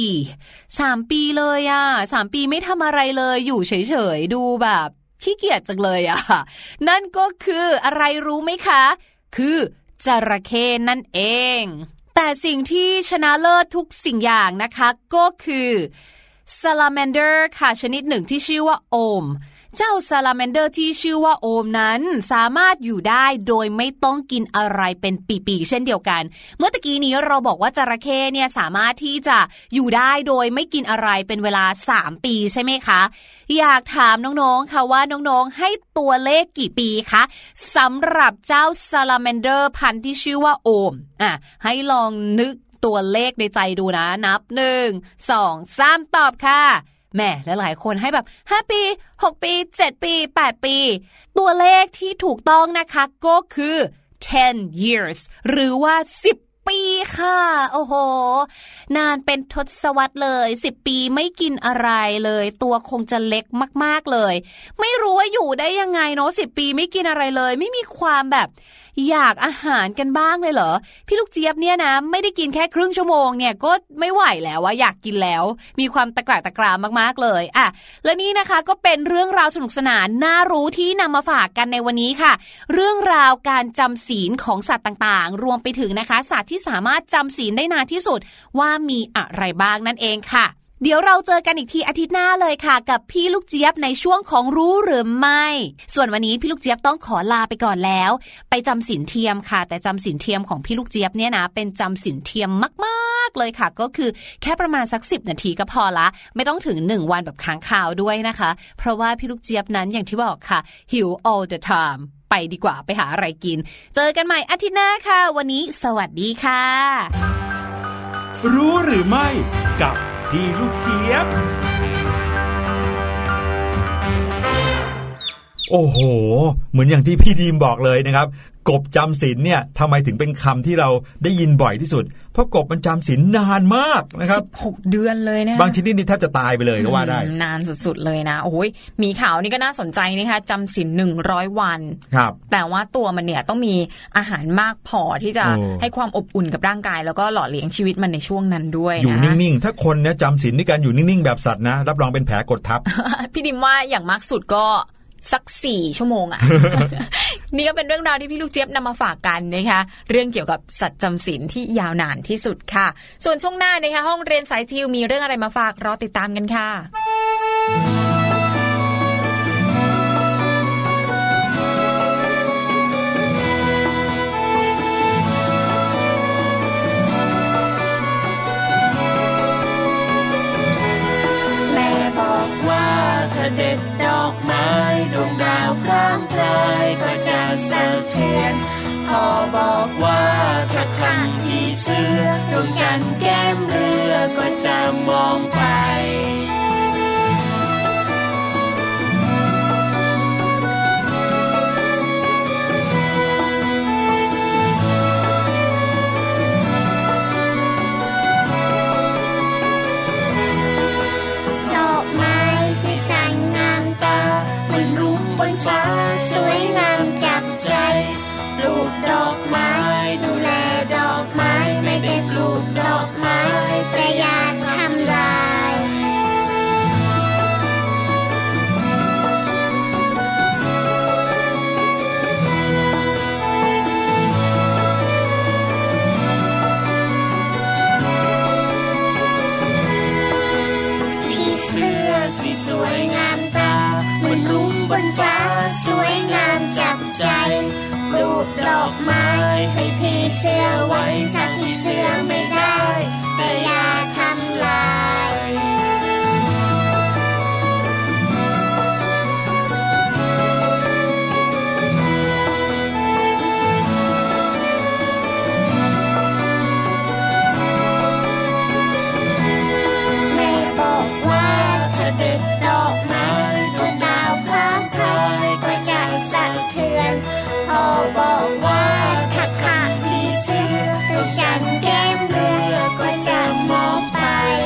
3 ปีเลย3 ปีไม่ทำอะไรเลยอยู่เฉยๆดูแบบขี้เกียจจังเลยนั่นก็คืออะไรรู้ไหมคะคือจระเข้นั่นเองแต่สิ่งที่ชนะเลิศทุกสิ่งอย่างนะคะก็คือsalamander ค่ะชนิดหนึ่งที่ชื่อว่าโอมเจ้า salamander ที่ชื่อว่าโอมนั้นสามารถอยู่ได้โดยไม่ต้องกินอะไรเป็นปีๆเช่นเดียวกันเมื่อตะกี้นี้เราบอกว่าจระเข้เนี่ยสามารถที่จะอยู่ได้โดยไม่กินอะไรเป็นเวลา3 ปีใช่ไหมคะอยากถามน้องๆค่ะว่าน้องๆให้ตัวเลขกี่ปีคะสำหรับเจ้า salamander พันธุ์ที่ชื่อว่าโอมให้ลองนึกตัวเลขในใจดูนะนับ1 2 3ตอบค่ะแม่และหลายคนให้แบบ5 ปี6 ปี7 ปี8 ปีตัวเลขที่ถูกต้องนะคะก็คือ10 years หรือว่า10 ปีค่ะโอ้โหนานเป็นทศวรรษเลย10 ปีไม่กินอะไรเลยตัวคงจะเล็กมากๆเลยไม่รู้ว่าอยู่ได้ยังไงเนาะ10 ปีไม่กินอะไรเลยไม่มีความแบบอยากอาหารกันบ้างเลยเหรอพี่ลูกเจี๊ยบเนี่ยนะไม่ได้กินแค่ครึ่งชั่วโมงเนี่ยก็ไม่ไหวแล้วว่าอยากกินแล้วมีความตะกร้าตะกรามากๆเลยและนี่นะคะก็เป็นเรื่องราวสนุกสนานน่ารู้ที่นำมาฝากกันในวันนี้ค่ะเรื่องราวการจำศีลของสัตว์ต่างๆรวมไปถึงนะคะสัตว์ที่สามารถจำศีลได้นานที่สุดว่ามีอะไรบ้างนั่นเองค่ะเดี๋ยวเราเจอกันอีกทีอาทิตย์หน้าเลยค่ะกับพี่ลูกเจี๊ยบในช่วงของรู้หรือไม่ส่วนวันนี้พี่ลูกเจี๊ยบต้องขอลาไปก่อนแล้วไปจำศีลเทียมค่ะแต่จำศีลเทียมของพี่ลูกเจี๊ยบเนี่ยนะเป็นจำศีลเทียมมากๆเลยค่ะก็คือแค่ประมาณสัก10 นาทีก็พอละไม่ต้องถึง1 วันแบบค้างคาวด้วยนะคะเพราะว่าพี่ลูกเจี๊ยบนั้นอย่างที่บอกค่ะหิว all the time ไปดีกว่าไปหาอะไรกินเจอกันใหม่อาทิตย์หน้าค่ะวันนี้สวัสดีค่ะรู้หรือไม่กับพี่ลูกเจี๊ยบโอ้โหเหมือนอย่างที่พี่ดีมบอกเลยนะครับกบจำศีลเนี่ยทำไมถึงเป็นคำที่เราได้ยินบ่อยที่สุดเพราะกบมันจำศีลนานมากนะครับ 16 เดือนเลยนะบางชนิดนี่แทบจะตายไปเลยก็ว่าได้นานสุดๆเลยนะโอ้ยมีข่าวนี่ก็น่าสนใจนะคะจำศีล100 วันครับแต่ว่าตัวมันเนี่ยต้องมีอาหารมากพอที่จะให้ความอบอุ่นกับร่างกายแล้วก็หล่อเลี้ยงชีวิตมันในช่วงนั้นด้วยนะอยู่นิ่งๆถ้าคนเนี่ยจำศีลด้วยกันอยู่นิ่งๆแบบสัตว์นะรับรองเป็นแผลกดทับพี่ดิมว่าอย่างมากสุดก็สัก4 ชั่วโมงนี่ก็เป็นเรื่องราวที่พี่ลูกเจี๊ยบนำมาฝากกันนะคะเรื่องเกี่ยวกับสัตว์จำศีลที่ยาวนานที่สุดค่ะส่วนช่วงหน้านะคะห้องเรียนสายจิวมีเรื่องอะไรมาฝากรอติดตามกันค่ะแม่บอกว่าถ้าเด็ดดอกไม้ดวงดาวพร่างพรายก็จะสะเทือนพ่อบอกว่าถ้าขังผีเสื้อดวงจันทร์แก้มเรือก็จะมองไปามตาเหมือนรุ้งบนฟ้าสวยงามจับใจปลูกดอกไม้ให้พี่เสื้อไว้สักพี่เสื้อไม่ได้แต่อย่าทำลายไม่บอกว่าถ้าเด็ดดอกไม้ตัวดาวพร้อมพรายก็จะสะเทือนพอบอกว่าถ้าขาดพี่เสื้อตัวจันแก้มเลือก็จะมองไป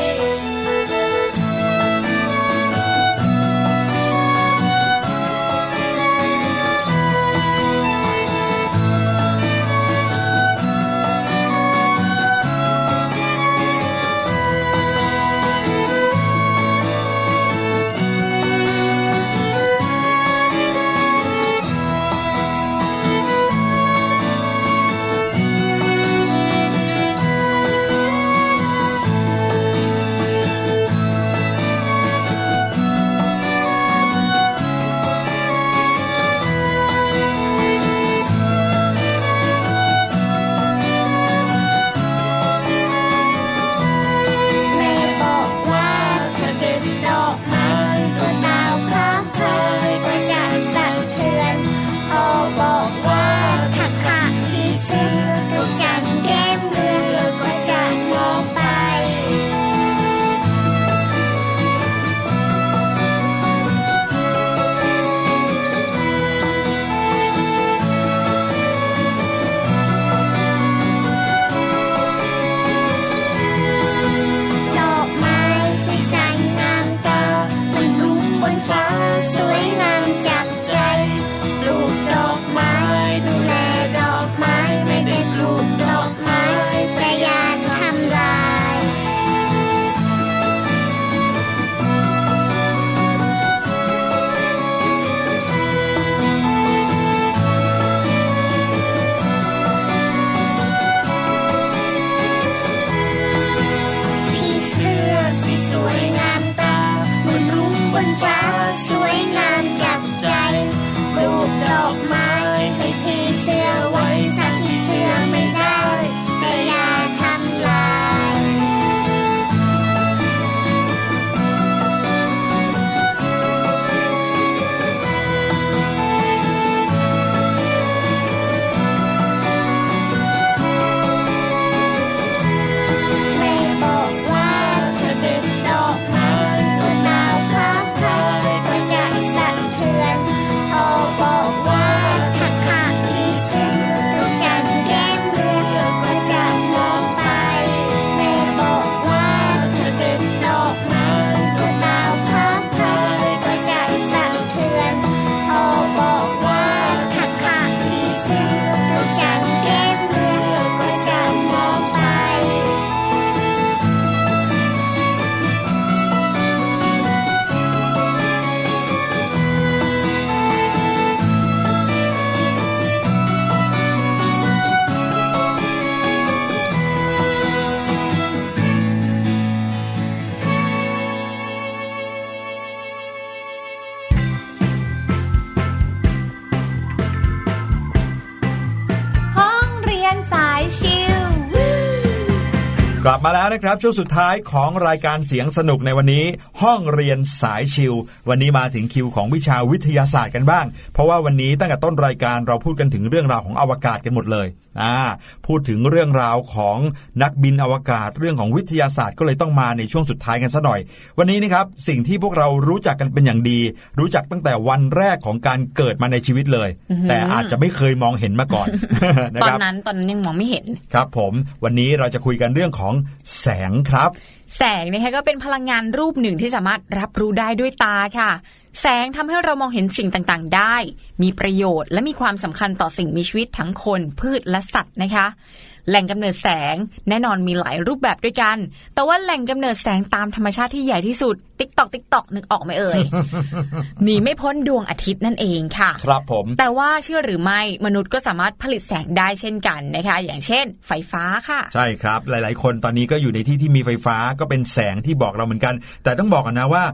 กลับมาแล้วนะครับช่วงสุดท้ายของรายการเสียงสนุกในวันนี้ห้องเรียนสายชิลวันนี้มาถึงคิวของวิชาวิทยาศาสตร์กันบ้างเพราะว่าวันนี้ตั้งแต่ต้นรายการเราพูดกันถึงเรื่องราวของอวกาศกันหมดเลยพูดถึงเรื่องราวของนักบินอวกาศเรื่องของวิทยาศาสตร์ก็เลยต้องมาในช่วงสุดท้ายกันซะหน่อยวันนี้นะครับสิ่งที่พวกเรารู้จักกันเป็นอย่างดีรู้จักตั้งแต่วันแรกของการเกิดมาในชีวิตเลยแต่อาจจะไม่เคยมองเห็นมาก่อนตอนนั้นยังมองไม่เห็นครับผมวันนี้เราจะคุยกันเรื่องของแสงครับแสงนะคะก็เป็นพลังงานรูปหนึ่งที่สามารถรับรู้ได้ด้วยตาค่ะแสงทำให้เรามองเห็นสิ่งต่างๆได้มีประโยชน์และมีความสำคัญต่อสิ่งมีชีวิตทั้งคนพืชและสัตว์นะคะแหล่งกำเนิดแสงแน่นอนมีหลายรูปแบบด้วยกันแต่ว่าแหล่งกำเนิดแสงตามธรรมชาติที่ใหญ่ที่สุดติ๊กตอกนึกออกไหมเอ่ย หนีไม่พ้นดวงอาทิตย์นั่นเองค่ะครับผมแต่ว่าเชื่อหรือไม่มนุษย์ก็สามารถผลิตแสงได้เช่นกันนะคะอย่างเช่นไฟฟ้าค่ะใช่ครับหลายๆคนตอนนี้ก็อยู่ในที่ที่มีไฟฟ้าก็เป็นแสงที่บอกเราเหมือนกันแต่ต้องบอกกันนะว่า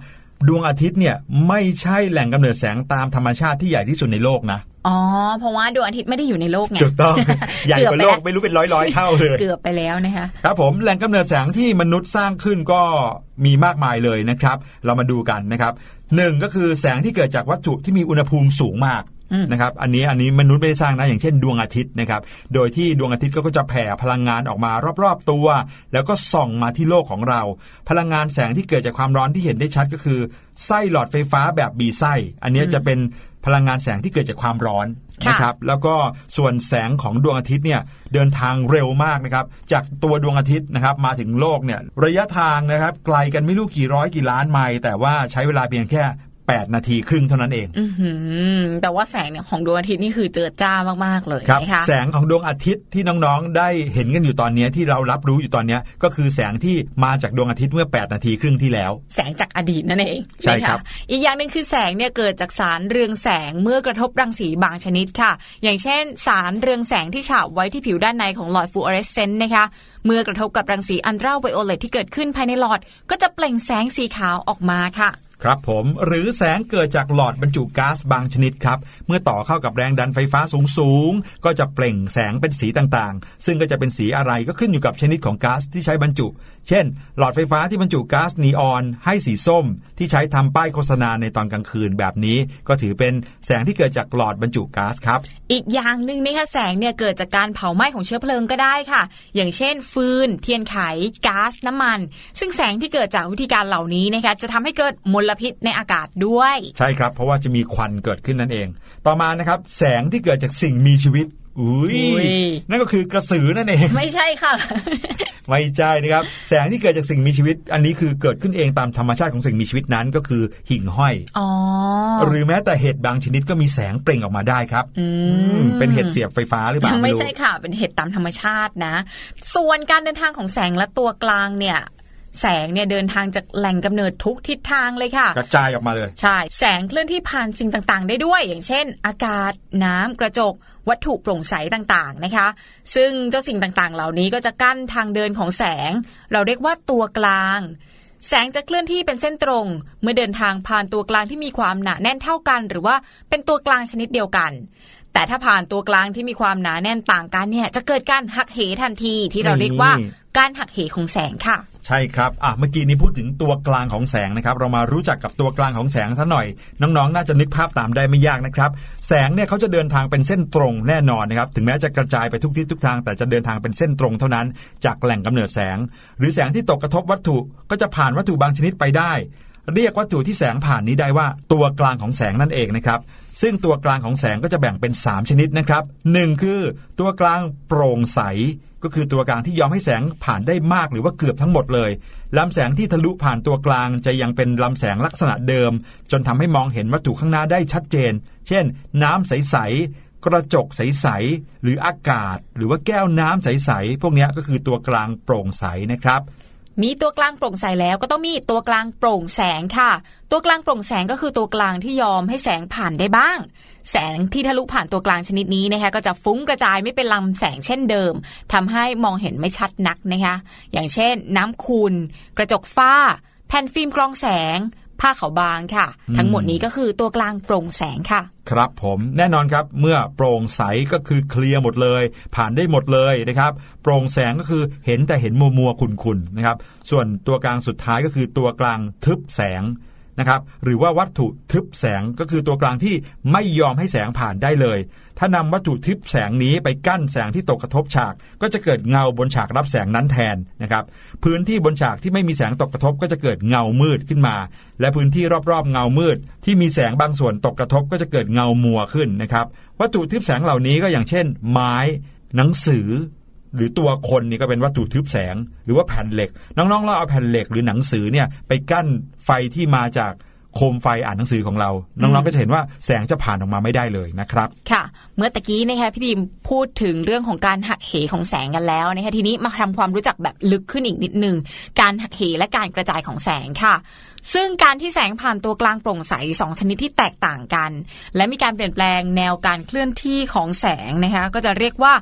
ดวงอาทิตย์เนี่ยไม่ใช่แหล่งกำเนิดแสงตามธรรมชาติที่ใหญ่ที่สุดในโลกนะอ๋อเพราะว่าดวงอาทิตย์ไม่ได้อยู่ในโลกไงถูกต้องใหญ่กว่าโลกไม่รู้เป็นร้อยๆเท่าเลยเกือบไปแล้วนะคะครับผมแหล่งกำเนิดแสงที่มนุษย์สร้างขึ้นก็มีมากมายเลยนะครับเรามาดูกันนะครับ1ก็คือแสงที่เกิดจากวัตถุที่มีอุณหภูมิสูงมากนะครับอันนี้มนุษย์ไม่ได้สร้างนะอย่างเช่นดวงอาทิตย์นะครับโดยที่ดวงอาทิตย์ก็จะแผ่พลังงานออกมารอบๆตัวแล้วก็ส่องมาที่โลกของเราพลังงานแสงที่เกิดจากความร้อนที่เห็นได้ชัดก็คือไส้หลอดไฟฟ้าแบบบีไส้อันนี้จะเป็นพลังงานแสงที่เกิดจากความร้อนนะครับแล้วก็ส่วนแสงของดวงอาทิตย์เนี่ยเดินทางเร็วมากนะครับจากตัวดวงอาทิตย์นะครับมาถึงโลกเนี่ยระยะทางนะครับไกลกันไม่รู้กี่ร้อยกี่ล้านไมล์แต่ว่าใช้เวลาเพียงแค่8 นาทีครึ่งเท่านั้นเองแต่ว่าแสงเนี่ยของดวงอาทิตย์นี่คือเจิดจ้ามากๆเลยนะคะแสงของดวงอาทิตย์ที่น้องๆได้เห็นกันอยู่ตอนนี้ที่เรารับรู้อยู่ตอนนี้ก็คือแสงที่มาจากดวงอาทิตย์เมื่อ8 นาทีครึ่งที่แล้วแสงจากอดีตนั่นเองใช่ครับอีกอย่างนึงคือแสงเนี่ยเกิดจากสารเรืองแสงเมื่อกระทบรังสีบางชนิดค่ะอย่างเช่นสารเรืองแสงที่ฉาบไว้ที่ผิวด้านในของหลอดฟลูออเรสเซนต์นะคะเมื่อกระทบกับรังสีอัลตราไวโอเลตที่เกิดขึ้นภายในหลอดก็จะเปล่งแสงสีขาวออกมาค่ะครับผมหรือแสงเกิดจากหลอดบรรจุก๊าซบางชนิดครับเมื่อต่อเข้ากับแรงดันไฟฟ้าสูงก็จะเปล่งแสงเป็นสีต่างๆซึ่งก็จะเป็นสีอะไรก็ขึ้นอยู่กับชนิดของก๊าซที่ใช้บรรจุเช่นหลอดไฟฟ้าที่บรรจุก๊าซนีออนให้สีส้มที่ใช้ทำป้ายโฆษณาในตอนกลางคืนแบบนี้ก็ถือเป็นแสงที่เกิดจากหลอดบรรจุก๊าซครับอีกอย่างนึงนะคะแสงเนี่ยเกิดจากการเผาไหม้ของเชื้อเพลิงก็ได้ค่ะอย่างเช่นฟืนเทียนไขก๊าซน้ำมันซึ่งแสงที่เกิดจากวิธีการเหล่านี้นะคะจะทำให้เกิดมลพิษในอากาศด้วยใช่ครับเพราะว่าจะมีควันเกิดขึ้นนั่นเองต่อมานะครับแสงที่เกิดจากสิ่งมีชีวิตนั่นก็คือกระสือนั่นเองไม่ใช่ค่ะไม่ใช่นะครับแสงที่เกิดจากสิ่งมีชีวิตอันนี้คือเกิดขึ้นเองตามธรรมชาติของสิ่งมีชีวิตนั้นก็คือหิ่งห้อยหรือแม้แต่เห็ดบางชนิดก็มีแสงเปล่งออกมาได้ครับเป็นเห็ดเสียบไฟฟ้าหรือเปล่าไม่ใช่ค่ะเป็นเห็ดตามธรรมชาตินะส่วนการเดินทางของแสงและตัวกลางเนี่ยแสงเนี่ยเดินทางจากแหล่งกำเนิดทุกทิศทางเลยค่ะกระจายออกมาเลยใช่แสงเคลื่อนที่ผ่านสิ่งต่างๆได้ด้วยอย่างเช่นอากาศน้ำกระจกวัตถุโปร่งใสต่างๆนะคะซึ่งเจ้าสิ่งต่างๆเหล่านี้ก็จะกั้นทางเดินของแสงเราเรียกว่าตัวกลางแสงจะเคลื่อนที่เป็นเส้นตรงเมื่อเดินทางผ่านตัวกลางที่มีความหนาแน่นเท่ากันหรือว่าเป็นตัวกลางชนิดเดียวกันแต่ถ้าผ่านตัวกลางที่มีความหนาแน่นต่างกันเนี่ยจะเกิดการหักเหทันทีที่เราเรียกว่าการหักเหของแสงค่ะใช่ครับเมื่อกี้นี้พูดถึงตัวกลางของแสงนะครับเรามารู้จักกับตัวกลางของแสงซะหน่อยน้องๆน่าจะนึกภาพตามได้ไม่ยากนะครับแสงเนี่ยเขาจะเดินทางเป็นเส้นตรงแน่นอนนะครับถึงแม้จะกระจายไปทุกทิศทุกทางแต่จะเดินทางเป็นเส้นตรงเท่านั้นจากแหล่งกำเนิดแสงหรือแสงที่ตกกระทบวัตถุก็จะผ่านวัตถุบางชนิดไปได้เรียกวัตถุที่แสงผ่านนี้ได้ว่าตัวกลางของแสงนั่นเองนะครับซึ่งตัวกลางของแสงก็จะแบ่งเป็น3ชนิดนะครับ1คือตัวกลางโปร่งใสก็คือตัวกลางที่ยอมให้แสงผ่านได้มากหรือว่าเกือบทั้งหมดเลยลำแสงที่ทะลุผ่านตัวกลางจะยังเป็นลำแสงลักษณะเดิมจนทำให้มองเห็นวัตถุข้างหน้าได้ชัดเจนเช่นน้ำใสๆกระจกใสๆหรืออากาศหรือว่าแก้วน้ำใสๆพวกนี้ก็คือตัวกลางโปร่งใสนะครับมีตัวกลางโปร่งใสแล้วก็ต้องมีตัวกลางโปร่งแสงค่ะตัวกลางโปร่งแสงก็คือตัวกลางที่ยอมให้แสงผ่านได้บ้างแสงที่ทะลุผ่านตัวกลางชนิดนี้นะคะก็จะฟุ้งกระจายไม่เป็นลำแสงเช่นเดิมทำให้มองเห็นไม่ชัดนักนะคะอย่างเช่นน้ำขุ่นกระจกฝ้าแผ่นฟิล์มกรองแสงผ้าขาวบางค่ะทั้งหมดนี้ก็คือตัวกลางโปร่งแสงค่ะครับผมแน่นอนครับเมื่อโปร่งใสก็คือเคลียร์หมดเลยผ่านได้หมดเลยนะครับโปร่งแสงก็คือเห็นแต่เห็นมัวๆขุ่นๆนะครับส่วนตัวกลางสุดท้ายก็คือตัวกลางทึบแสงนะครับหรือว่าวัตถุทึบแสงก็คือตัวกลางที่ไม่ยอมให้แสงผ่านได้เลยถ้านำวัตถุทึบแสงนี้ไปกั้นแสงที่ตกกระทบฉากก็จะเกิดเงาบนฉากรับแสงนั้นแทนนะครับพื้นที่บนฉากที่ไม่มีแสงตกกระทบก็จะเกิดเงามืดขึ้นมาและพื้นที่รอบๆเงามืดที่มีแสงบางส่วนตกกระทบก็จะเกิดเงามัวขึ้นนะครับวัตถุทึบแสงเหล่านี้ก็อย่างเช่นไม้หนังสือหรือตัวคนนี่ก็เป็นวัตถุทึบแสงหรือว่าแผ่นเหล็กน้องๆเราเอาแผ่นเหล็กหรือหนังสือเนี่ยไปกั้นไฟที่มาจากโคมไฟอ่านหนังสือของเราน้องๆก็จะเห็นว่าแสงจะผ่านออกมาไม่ได้เลยนะครับค่ะเมื่อตะกี้นะคะพี่ดิมพูดถึงเรื่องของการหักเหของแสงกันแล้วนะคะทีนี้มาทำความรู้จักแบบลึกขึ้นอีกนิดนึงการหักเหและการกระจายของแสงค่ะซึ่งการที่แสงผ่านตัวกลางโปร่งใส2ชนิดที่แตกต่างกันและมีการเปลี่ยนแปลงแนวการเคลื่อนที่ของแสงนะคะก็จะเรียกว่า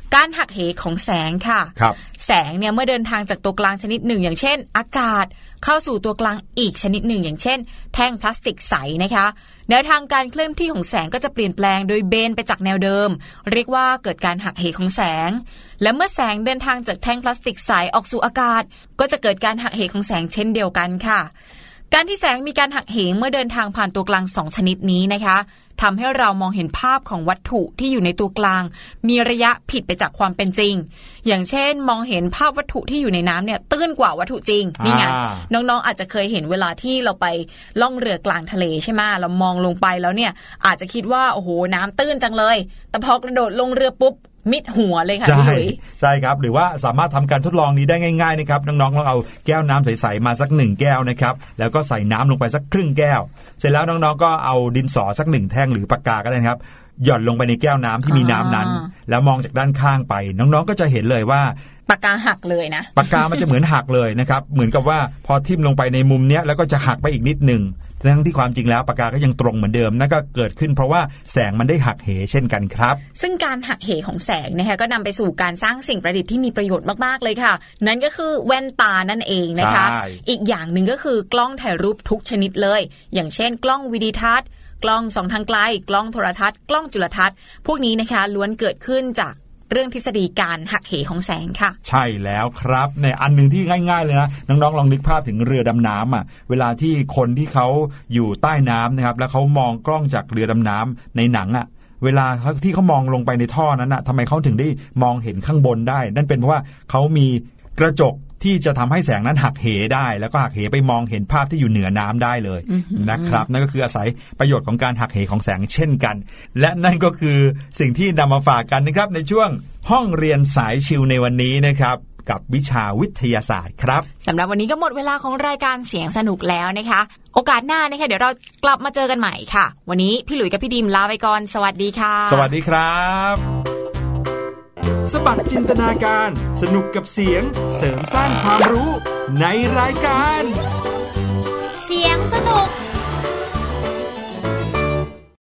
การหักเหของแสงค่ะ แสงเนี่ยเมื่อเดินทางจากตัวกลางชนิดหนึ่งอย่างเช่นอากาศเข้าสู่ตัวกลางอีกชนิดหนึ่งอย่างเช่นแท่งพลาสติกใสนะคะแนวทางการเคลื่อนที่ของแสงก็จะเปลี่ยนแปลงโดยเบนไปจากแนวเดิมเรียกว่าเกิดการหักเหของแสงและเมื่อแสงเดินทางจากแท่งพลาสติกใสออกสู่อากาศก็จะเกิดการหักเหของแสงเช่นเดียวกันค่ะการที่แสงมีการหักเหเมื่อเดินทางผ่านตัวกลาง2ชนิดนี้นะคะทำให้เรามองเห็นภาพของวัตถุที่อยู่ในตัวกลางมีระยะผิดไปจากความเป็นจริงอย่างเช่นมองเห็นภาพวัตถุที่อยู่ในน้ำเนี่ยตื้นกว่าวัตถุจริงนี่ไงน้องๆอาจจะเคยเห็นเวลาที่เราไปล่องเรือกลางทะเลใช่ไหมเรามองลงไปแล้วเนี่ยอาจจะคิดว่าโอ้โหน้ำตื้นจังเลยแต่พอกระโดดลงเรือปุ๊บมิดหัวเลยค่ะพี่หลุยใช่ครับหรือว่าสามารถทำการทดลองนี้ได้ง่ายๆนะครับน้องๆลองเอาแก้วน้ำใสๆมาสัก1แก้วนะครับแล้วก็ใส่น้ำลงไปสักครึ่งแก้วเสร็จแล้วน้องๆก็เอาดินสอสัก1แท่งหรือปากกาก็ได้ครับหย่อนลงไปในแก้วน้ำที่มีน้ำนั้นแล้วมองจากด้านข้างไปน้องๆก็จะเห็นเลยว่าปากกาหักเลยนะปากกามันจะเหมือนหักเลยนะครับเหมือนกับว่าพอทิ่มลงไปในมุมเนี้ยแล้วก็จะหักไปอีกนิดนึงทั้งที่ความจริงแล้วปากกาก็ยังตรงเหมือนเดิมนั่นก็เกิดขึ้นเพราะว่าแสงมันได้หักเหเช่นกันครับซึ่งการหักเหของแสงนะคะก็นำไปสู่การสร้างสิ่งประดิษฐ์ที่มีประโยชน์มากๆเลยค่ะนั่นก็คือแว่นตานั่นเองนะคะอีกอย่างหนึ่งก็คือกล้องถ่ายรูปทุกชนิดเลยอย่างเช่นกล้องวิดีทัศน์กล้องส่องทางไกลกล้องโทรทัศน์กล้องจุลทรรศน์พวกนี้นะคะล้วนเกิดขึ้นจากเรื่องทฤษฎีการหักเหของแสงค่ะใช่แล้วครับในอันนึงที่ง่ายๆเลยนะน้องๆลองนึกภาพถึงเรือดำน้ำอ่ะเวลาที่คนที่เขาอยู่ใต้น้ำนะครับแล้วเขามองกล้องจากเรือดำน้ำในหนังอ่ะเวลาที่เขามองลงไปในท่อนั้นอ่ะทำไมเขาถึงได้มองเห็นข้างบนได้นั่นเป็นเพราะว่าเขามีกระจกที่จะทำให้แสงนั้นหักเหได้แล้วก็หักเหไปมองเห็นภาพที่อยู่เหนือน้ำได้เลยนะครับนั่นก็คืออาศัยประโยชน์ของการหักเหของแสงเช่นกันและนั่นก็คือสิ่งที่นำมาฝากกันนะครับในช่วงห้องเรียนสายชิลในวันนี้นะครับกับวิชาวิทยาศาสตร์ครับสำหรับวันนี้ก็หมดเวลาของรายการเสียงสนุกแล้วนะคะโอกาสหน้านะคะเดี๋ยวเรากลับมาเจอกันใหม่ค่ะวันนี้พี่หลุยส์กับพี่ดิมลาไปก่อนสวัสดีค่ะสวัสดีครับสบัดจินตนาการสนุกกับเสียงเสริมสร้างความรู้ในรายการ